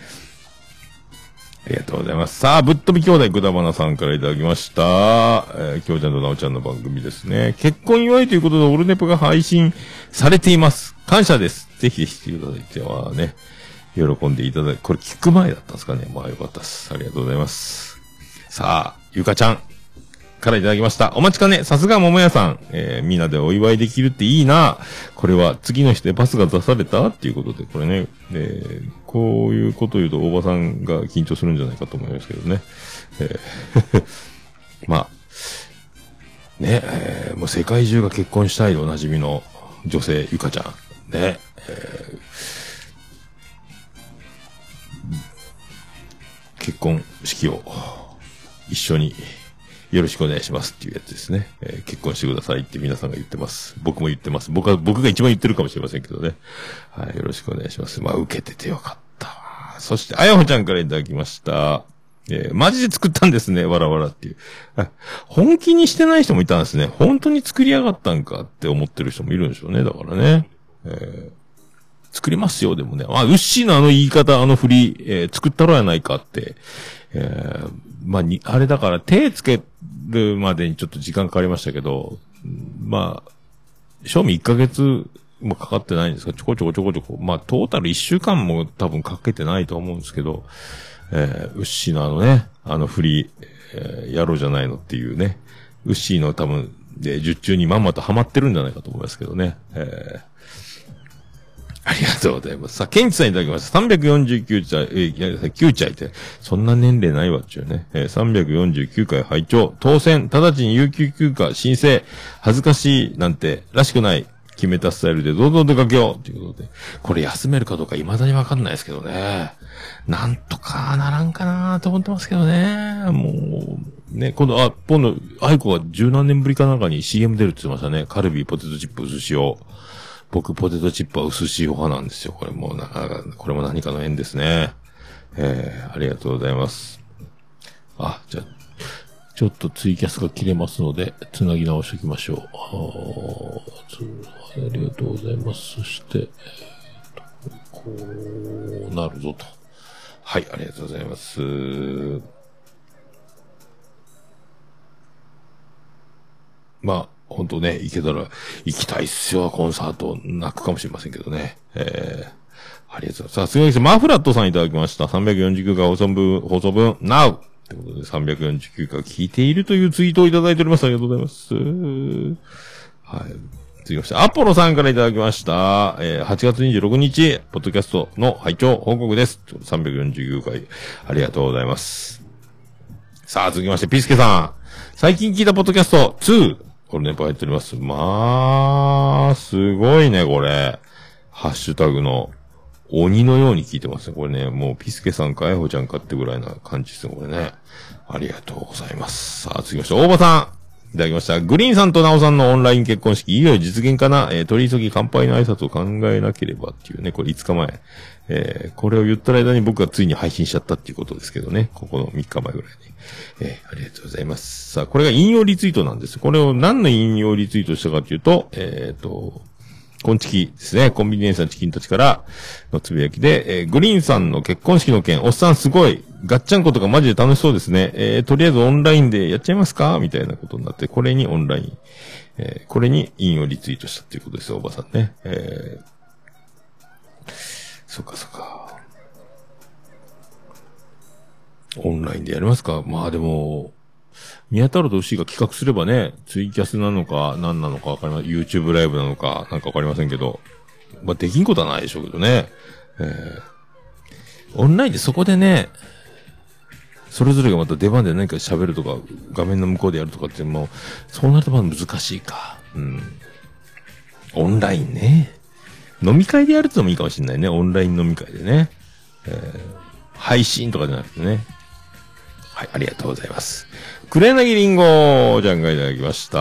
ありがとうございます。さあ、ぶっ飛び兄弟くだばなさんからいただきました。えー、きょうちゃんとなおちゃんの番組ですね。結婚祝いということでオルネポが配信されています。感謝です。ぜひしていただいてはね、喜んでいただいて、これ聞く前だったんですかね。まあよかったです。ありがとうございます。さあ、ゆかちゃんからいただきました。お待ちかね、さすが桃屋さん。えー、みんなでお祝いできるっていいな。これは次の日でパスが出されたっていうことで、これね、えー、こういうことを言うとおばさんが緊張するんじゃないかと思いますけどね。えー、まあ、ね、えー、もう世界中が結婚したいでおなじみの女性、ゆかちゃん。ね、えー、結婚式を一緒によろしくお願いしますっていうやつですね。えー、結婚してくださいって皆さんが言ってます。僕も言ってます。僕は、僕が一番言ってるかもしれませんけどね。はい、よろしくお願いします。まあ、受けててよかったわ。そして、あやほちゃんからいただきました。えー、マジで作ったんですね。わらわらっていう。本気にしてない人もいたんですね。本当に作りやがったんかって思ってる人もいるんでしょうね。だからね。えー、作りますよ、でもね。あ、ウッシーのあの言い方、あの振り、えー、作ったろやないかって。えー、まあ、に、あれだから手つけるまでにちょっと時間かかりましたけど、まあ、賞味いっかげつもかかってないんですか？ちょこちょこちょこちょこ。まあ、トータルいっしゅうかんも多分かけてないと思うんですけど、えー、ウッシーのあのね、あの振り、えー、やろうじゃないのっていうね、ウッシーの多分、で、術中にまんまとハマってるんじゃないかと思いますけどね。えー、ありがとうございます。さあ、ケンチさんいただきました。さんびゃくよんじゅうきゅうちゃい、えー、きゅうちゃいって、そんな年齢ないわっちゅうね。えー、さんびゃくよんじゅうきゅうかい拝聴当選、直ちに有給休暇申請、恥ずかしいなんて、らしくない。決めたスタイルでどうぞ出かけようということで。これ休めるかどうか未だにわかんないですけどね。なんとかならんかなと思ってますけどね。もう、ね、今度、あ、今度、アイコが十何年ぶりかなんかに シーエム 出るって言ってましたね。カルビーポテトチップ薄塩。僕、ポテトチップは薄塩派なんですよ。これもな、これも何かの縁ですね。えー、ありがとうございます。あ、じゃあ、ちょっとツイキャスが切れますので、つなぎ直しておきましょう。あ, ありがとうございます。そして、えー、こうなるぞと。はい、ありがとうございます。まあ、本当ね、行けたら行きたいっすよ。コンサート泣くかもしれませんけどね。えー、ありがとうございます。さあ、次の人、マフラットさんいただきました。さんびゃくよんじゅうきゅうかい放送分、放送分、ナウということで、さんびゃくよんじゅうきゅうかいを聞いているというツイートをいただいております。ありがとうございます。はい。続きまして、アポロさんからいただきました。えー、はちがつにじゅうろくにち、ポッドキャストの拝聴報告です。さんびゃくよんじゅうきゅうかい、ありがとうございます。さあ、続きまして、ピースケさん。最近聞いたポッドキャストに、これね、入っております。まあ、すごいね、これ。ハッシュタグの、鬼のように聞いてますね。これね、もうピスケさんかアイホちゃんかってぐらいな感じですね、これね。ありがとうございます。さあ、続きまして、大場さん。いただきました。グリーンさんとナオさんのオンライン結婚式、いよいよ実現かな、えー、取り急ぎ乾杯の挨拶を考えなければっていうね、これいつかまえ。えー、これを言った間に僕がついに配信しちゃったっていうことですけどね。ここのみっかまえぐらいに。えー、ありがとうございます。さあ、これが引用リツイートなんです。これを何の引用リツイートしたかというと、えっと、コンチキですね。コンビニエンスなチキンたちからのつぶやきで、えー、グリーンさんの結婚式の件、おっさんすごい、ガッチャンコとかマジで楽しそうですね。えー、とりあえずオンラインでやっちゃいますかみたいなことになって、これにオンライン、えー、これに引用リツイートしたっていうことですよ、おばさんね。えー、そっかそっか。オンラインでやりますか？まあでも、宮太郎と牛が企画すればね、ツイキャスなのか、何なのかわかりません。YouTube ライブなのか、なんかわかりませんけど、まあ、できんことはないでしょうけどね。えー、オンラインでそこでね、それぞれがまた出番で何か喋るとか、画面の向こうでやるとかってもう、そうなるとまだ難しいか。うん。オンラインね。飲み会でやるってのもいいかもしれないね。オンライン飲み会でね。えー、配信とかじゃなくてね。はい、ありがとうございます。クレナギリンゴちゃんがいただきました。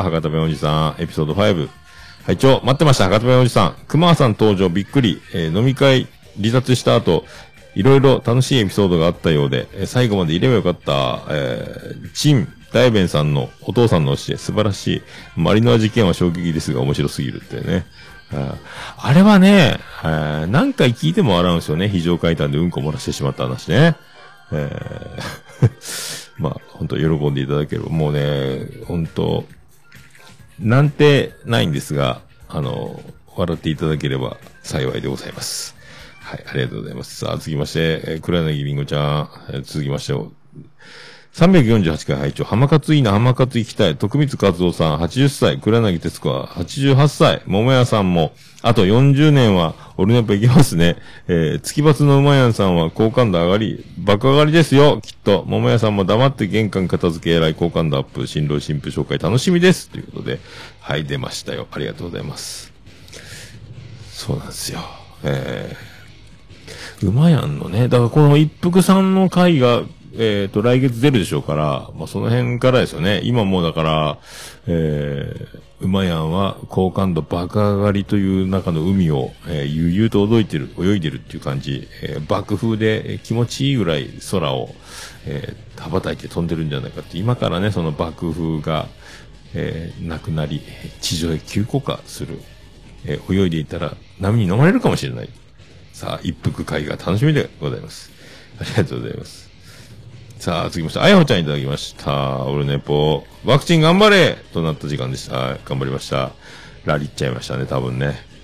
博多弁おじさん、エピソードご。はい、ちょ、待ってました。博多弁おじさん。熊さん登場びっくり。えー、飲み会離脱した後、いろいろ楽しいエピソードがあったようで、えー、最後までいればよかった。えー、チン、大弁さんのお父さんの教え、素晴らしい。マリノア事件は衝撃ですが面白すぎるってね。あ, あれはね、何回聞いても笑うんですよね。非常階段でうんこ漏らしてしまった話ね。えー、まあ、本当喜んでいただければ、もうね、本当なんてないんですが、あの、笑っていただければ幸いでございます。はい、ありがとうございます。さあ、続きまして、えー、黒柳りんごちゃん、えー、続きまして、さんびゃくよんじゅうはちかい拝聴浜勝いいな、浜勝行きたい。徳光和夫さん、はちじゅっさい。黒柳徹子ははちじゅうはっさい。桃屋さんも、あとよんじゅうねんは、俺のやっぱ行けますね。えー、月罰の馬屋さんは好感度上がり、爆上がりですよ、きっと。桃屋さんも黙って玄関片付け偉い好感度アップ、新郎新婦紹介楽しみです。ということで、はい、出ましたよ。ありがとうございます。そうなんですよ。えー、馬屋のね、だからこの一服さんの回が、えっと、来月出るでしょうから、まあ、その辺からですよね。今もだから、えー、馬やんは好感度爆上がりという中の海を、えー、悠々と泳いでる、泳いでるっていう感じ、えー、爆風で、えー、気持ちいいぐらい空を、えー、羽ばたいて飛んでるんじゃないかって、今からね、その爆風が、えー、なくなり、地上へ急降下する、えー、泳いでいたら波に飲まれるかもしれない。さあ、一服会が楽しみでございます。ありがとうございます。さあ、続きまして、あやほちゃんいただきました。オルネポ、ワクチン頑張れとなった時間でした。頑張りました。ラリっちゃいましたね、多分ね。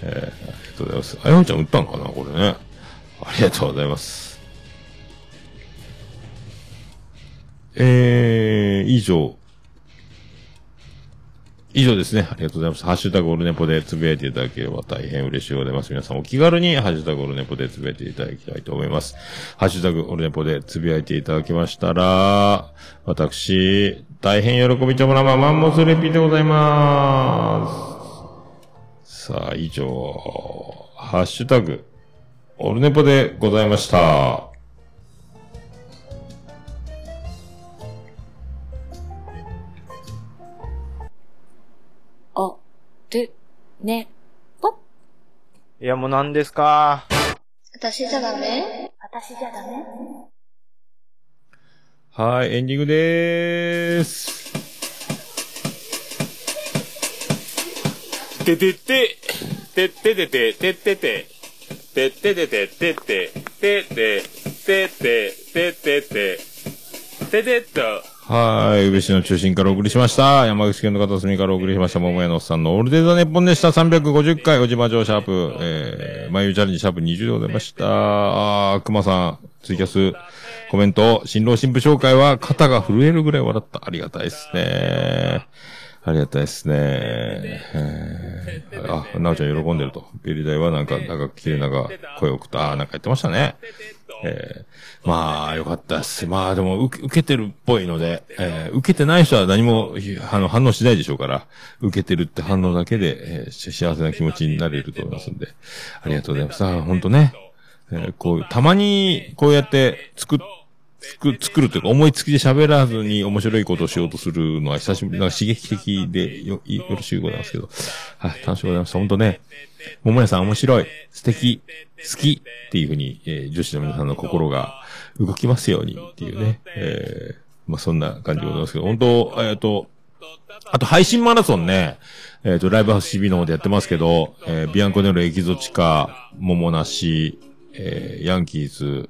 えー、ありがとうございます。あやほちゃん売ったんかなこれね。ありがとうございます。えー、以上。以上ですね。ありがとうございます。ハッシュタグオルネポでつぶやいていただければ大変嬉しいでございます。皆さんお気軽にハッシュタグオルネポでつぶやいていただきたいと思います。ハッシュタグオルネポでつぶやいていただきましたら、私、大変喜びちょもらまマンモスレピでございます。さあ、以上、ハッシュタグオルネポでございました。 お、る、ね、ぽ。 いや、もう何ですか？ 私じゃダメ？私じゃダメ？ はい、エンディングでーす。 ててて、てっててて、てってて、てっててて、てって、てって、てって、てってて、ててっと。 はい。宇部市の中心からお送りしました。山口県の片隅からお送りしました。桃屋のおっさんのオールデイザネッポンでした。さんびゃくごじゅっかい、おじま城シャープ、えー、まゆチャレンジシャープにじゅうでございました。あー、熊さん、ツイキャス、コメント、新郎新婦紹介は肩が震えるぐらい笑った。ありがたいですね。ありがたいですね。えー、あ、なおちゃん喜んでると。ベリダイはなんか、長く綺麗なが声を送った。あー、なんか言ってましたね。えー、まあ、よかったっす。まあ、でも、受け、受けてるっぽいので、えー、受けてない人は何も、あの、反応しないでしょうから、受けてるって反応だけで、えー、幸せな気持ちになれると思いますんで、ありがとうございます。あ、ほんとね、えー、こう、たまに、こうやって、作っ、作、作るというか、思いつきで喋らずに面白いことをしようとするのは久しぶり、なんか刺激的でよ、よろしいございますけど、はい、楽しくございました。ほんとね、桃屋さん面白い、素敵、好きっていうふうに、えー、女子の皆さんの心が動きますようにっていうね、えー、まあ、そんな感じでございますけど、本当えっと、あと配信マラソンね、えっと、ライブハウス シービー の方でやってますけど、えー、ビアンコネロエキゾチカ、桃なし、えー、ヤンキーズ、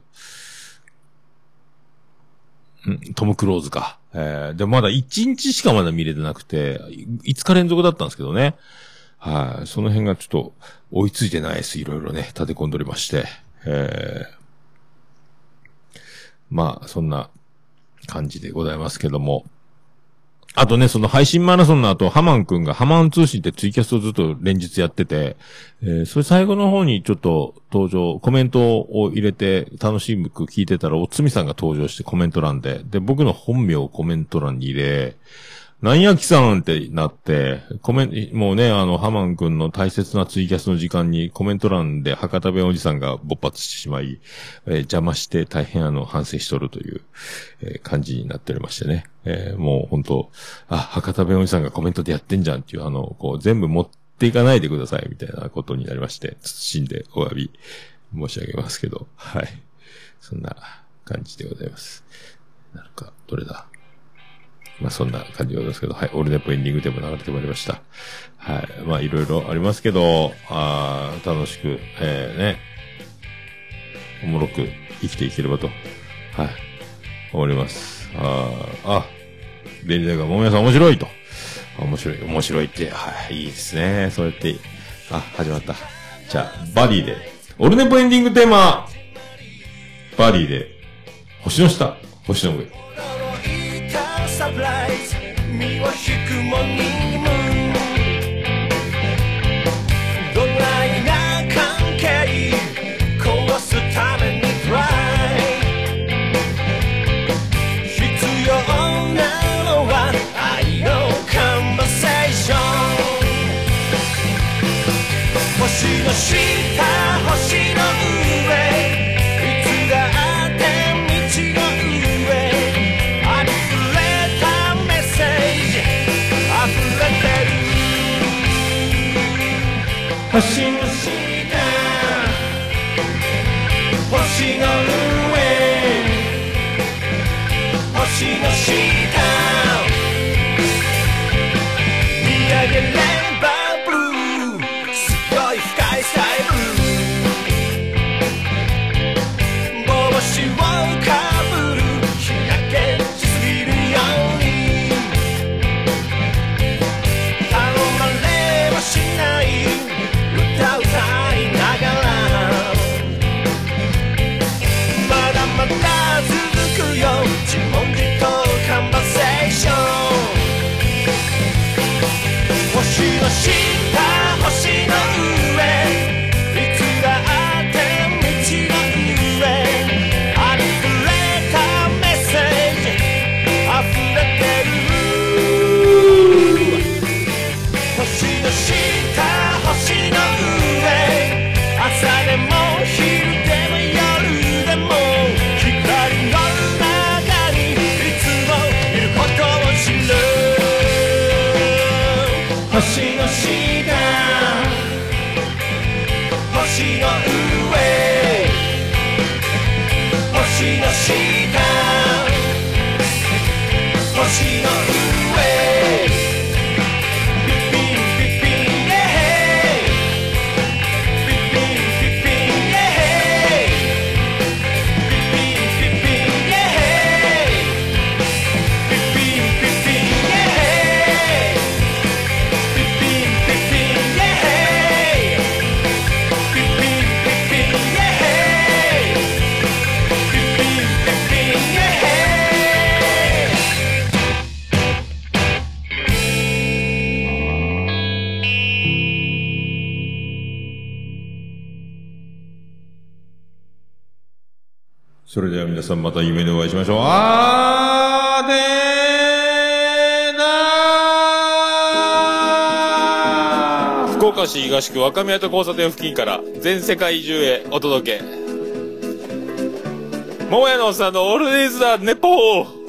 んトム・クローズか。えー、でもまだいちにちしかまだ見れてなくて、いつか連続だったんですけどね。はい、その辺がちょっと追いついてないです。いろいろね、立て込んでおりまして。えー、まあ、そんな感じでございますけども。あとね、その配信マラソンの後、ハマンくんがハマン通信ってツイキャスをずっと連日やってて、えー、それ最後の方にちょっと登場、コメントを入れて楽しく聞いてたら、おつみさんが登場してコメント欄で、で、僕の本名をコメント欄に入れ、なんやきさんってなって、コメント、もうね、あの、ハマンくんの大切なツイキャスの時間にコメント欄で博多弁おじさんが勃発してしまい、えー、邪魔して大変あの、反省しとるという、えー、感じになっておりましてね。えー、もう本当あ、博多弁おじさんがコメントでやってんじゃんっていう、あの、こう、全部持っていかないでくださいみたいなことになりまして、謹んでお詫び申し上げますけど、はい。そんな感じでございます。なんか、どれだまあそんな感じでございますけど、はい。オルネポエンディングでも流れてまいりました。はい。まあいろいろありますけど、あ楽しく、えー、ね、おもろく生きていければと、はい。思います。ああ、ベリダイが桃屋さん面白いと。面白い、面白いって、はい。いいですね。そうやって、あ、始まった。じゃあ、バディで、オルネポエンディングテーマ、バディで、星の下、星の上。 サプライズ身を引くモーニングムーンドライな関係壊すためにトライ必要なのは愛のカンバセーション星の下星の上いつだって道の上星の下星の上星の下見上げればブルーすごい深いスカイブルー帽子をかぶる日焼けしすぎるように頼まれはしない歌うの下星の上ピッピンピッピンイェヘイピッピンピッピンイェヘイピッピンピッピンイェヘイピッピンピッピンイェヘイピッピンピッピンイェヘイピッピンピッピンイェヘイピッピンピッピンイェヘイそれでは皆さんまた夢でお会いしましょう。あーでーなー。 福岡市東区若宮と交差点付近から全世界中へお届け。桃屋のおっさんのオールディーズ・ザ・ネポー。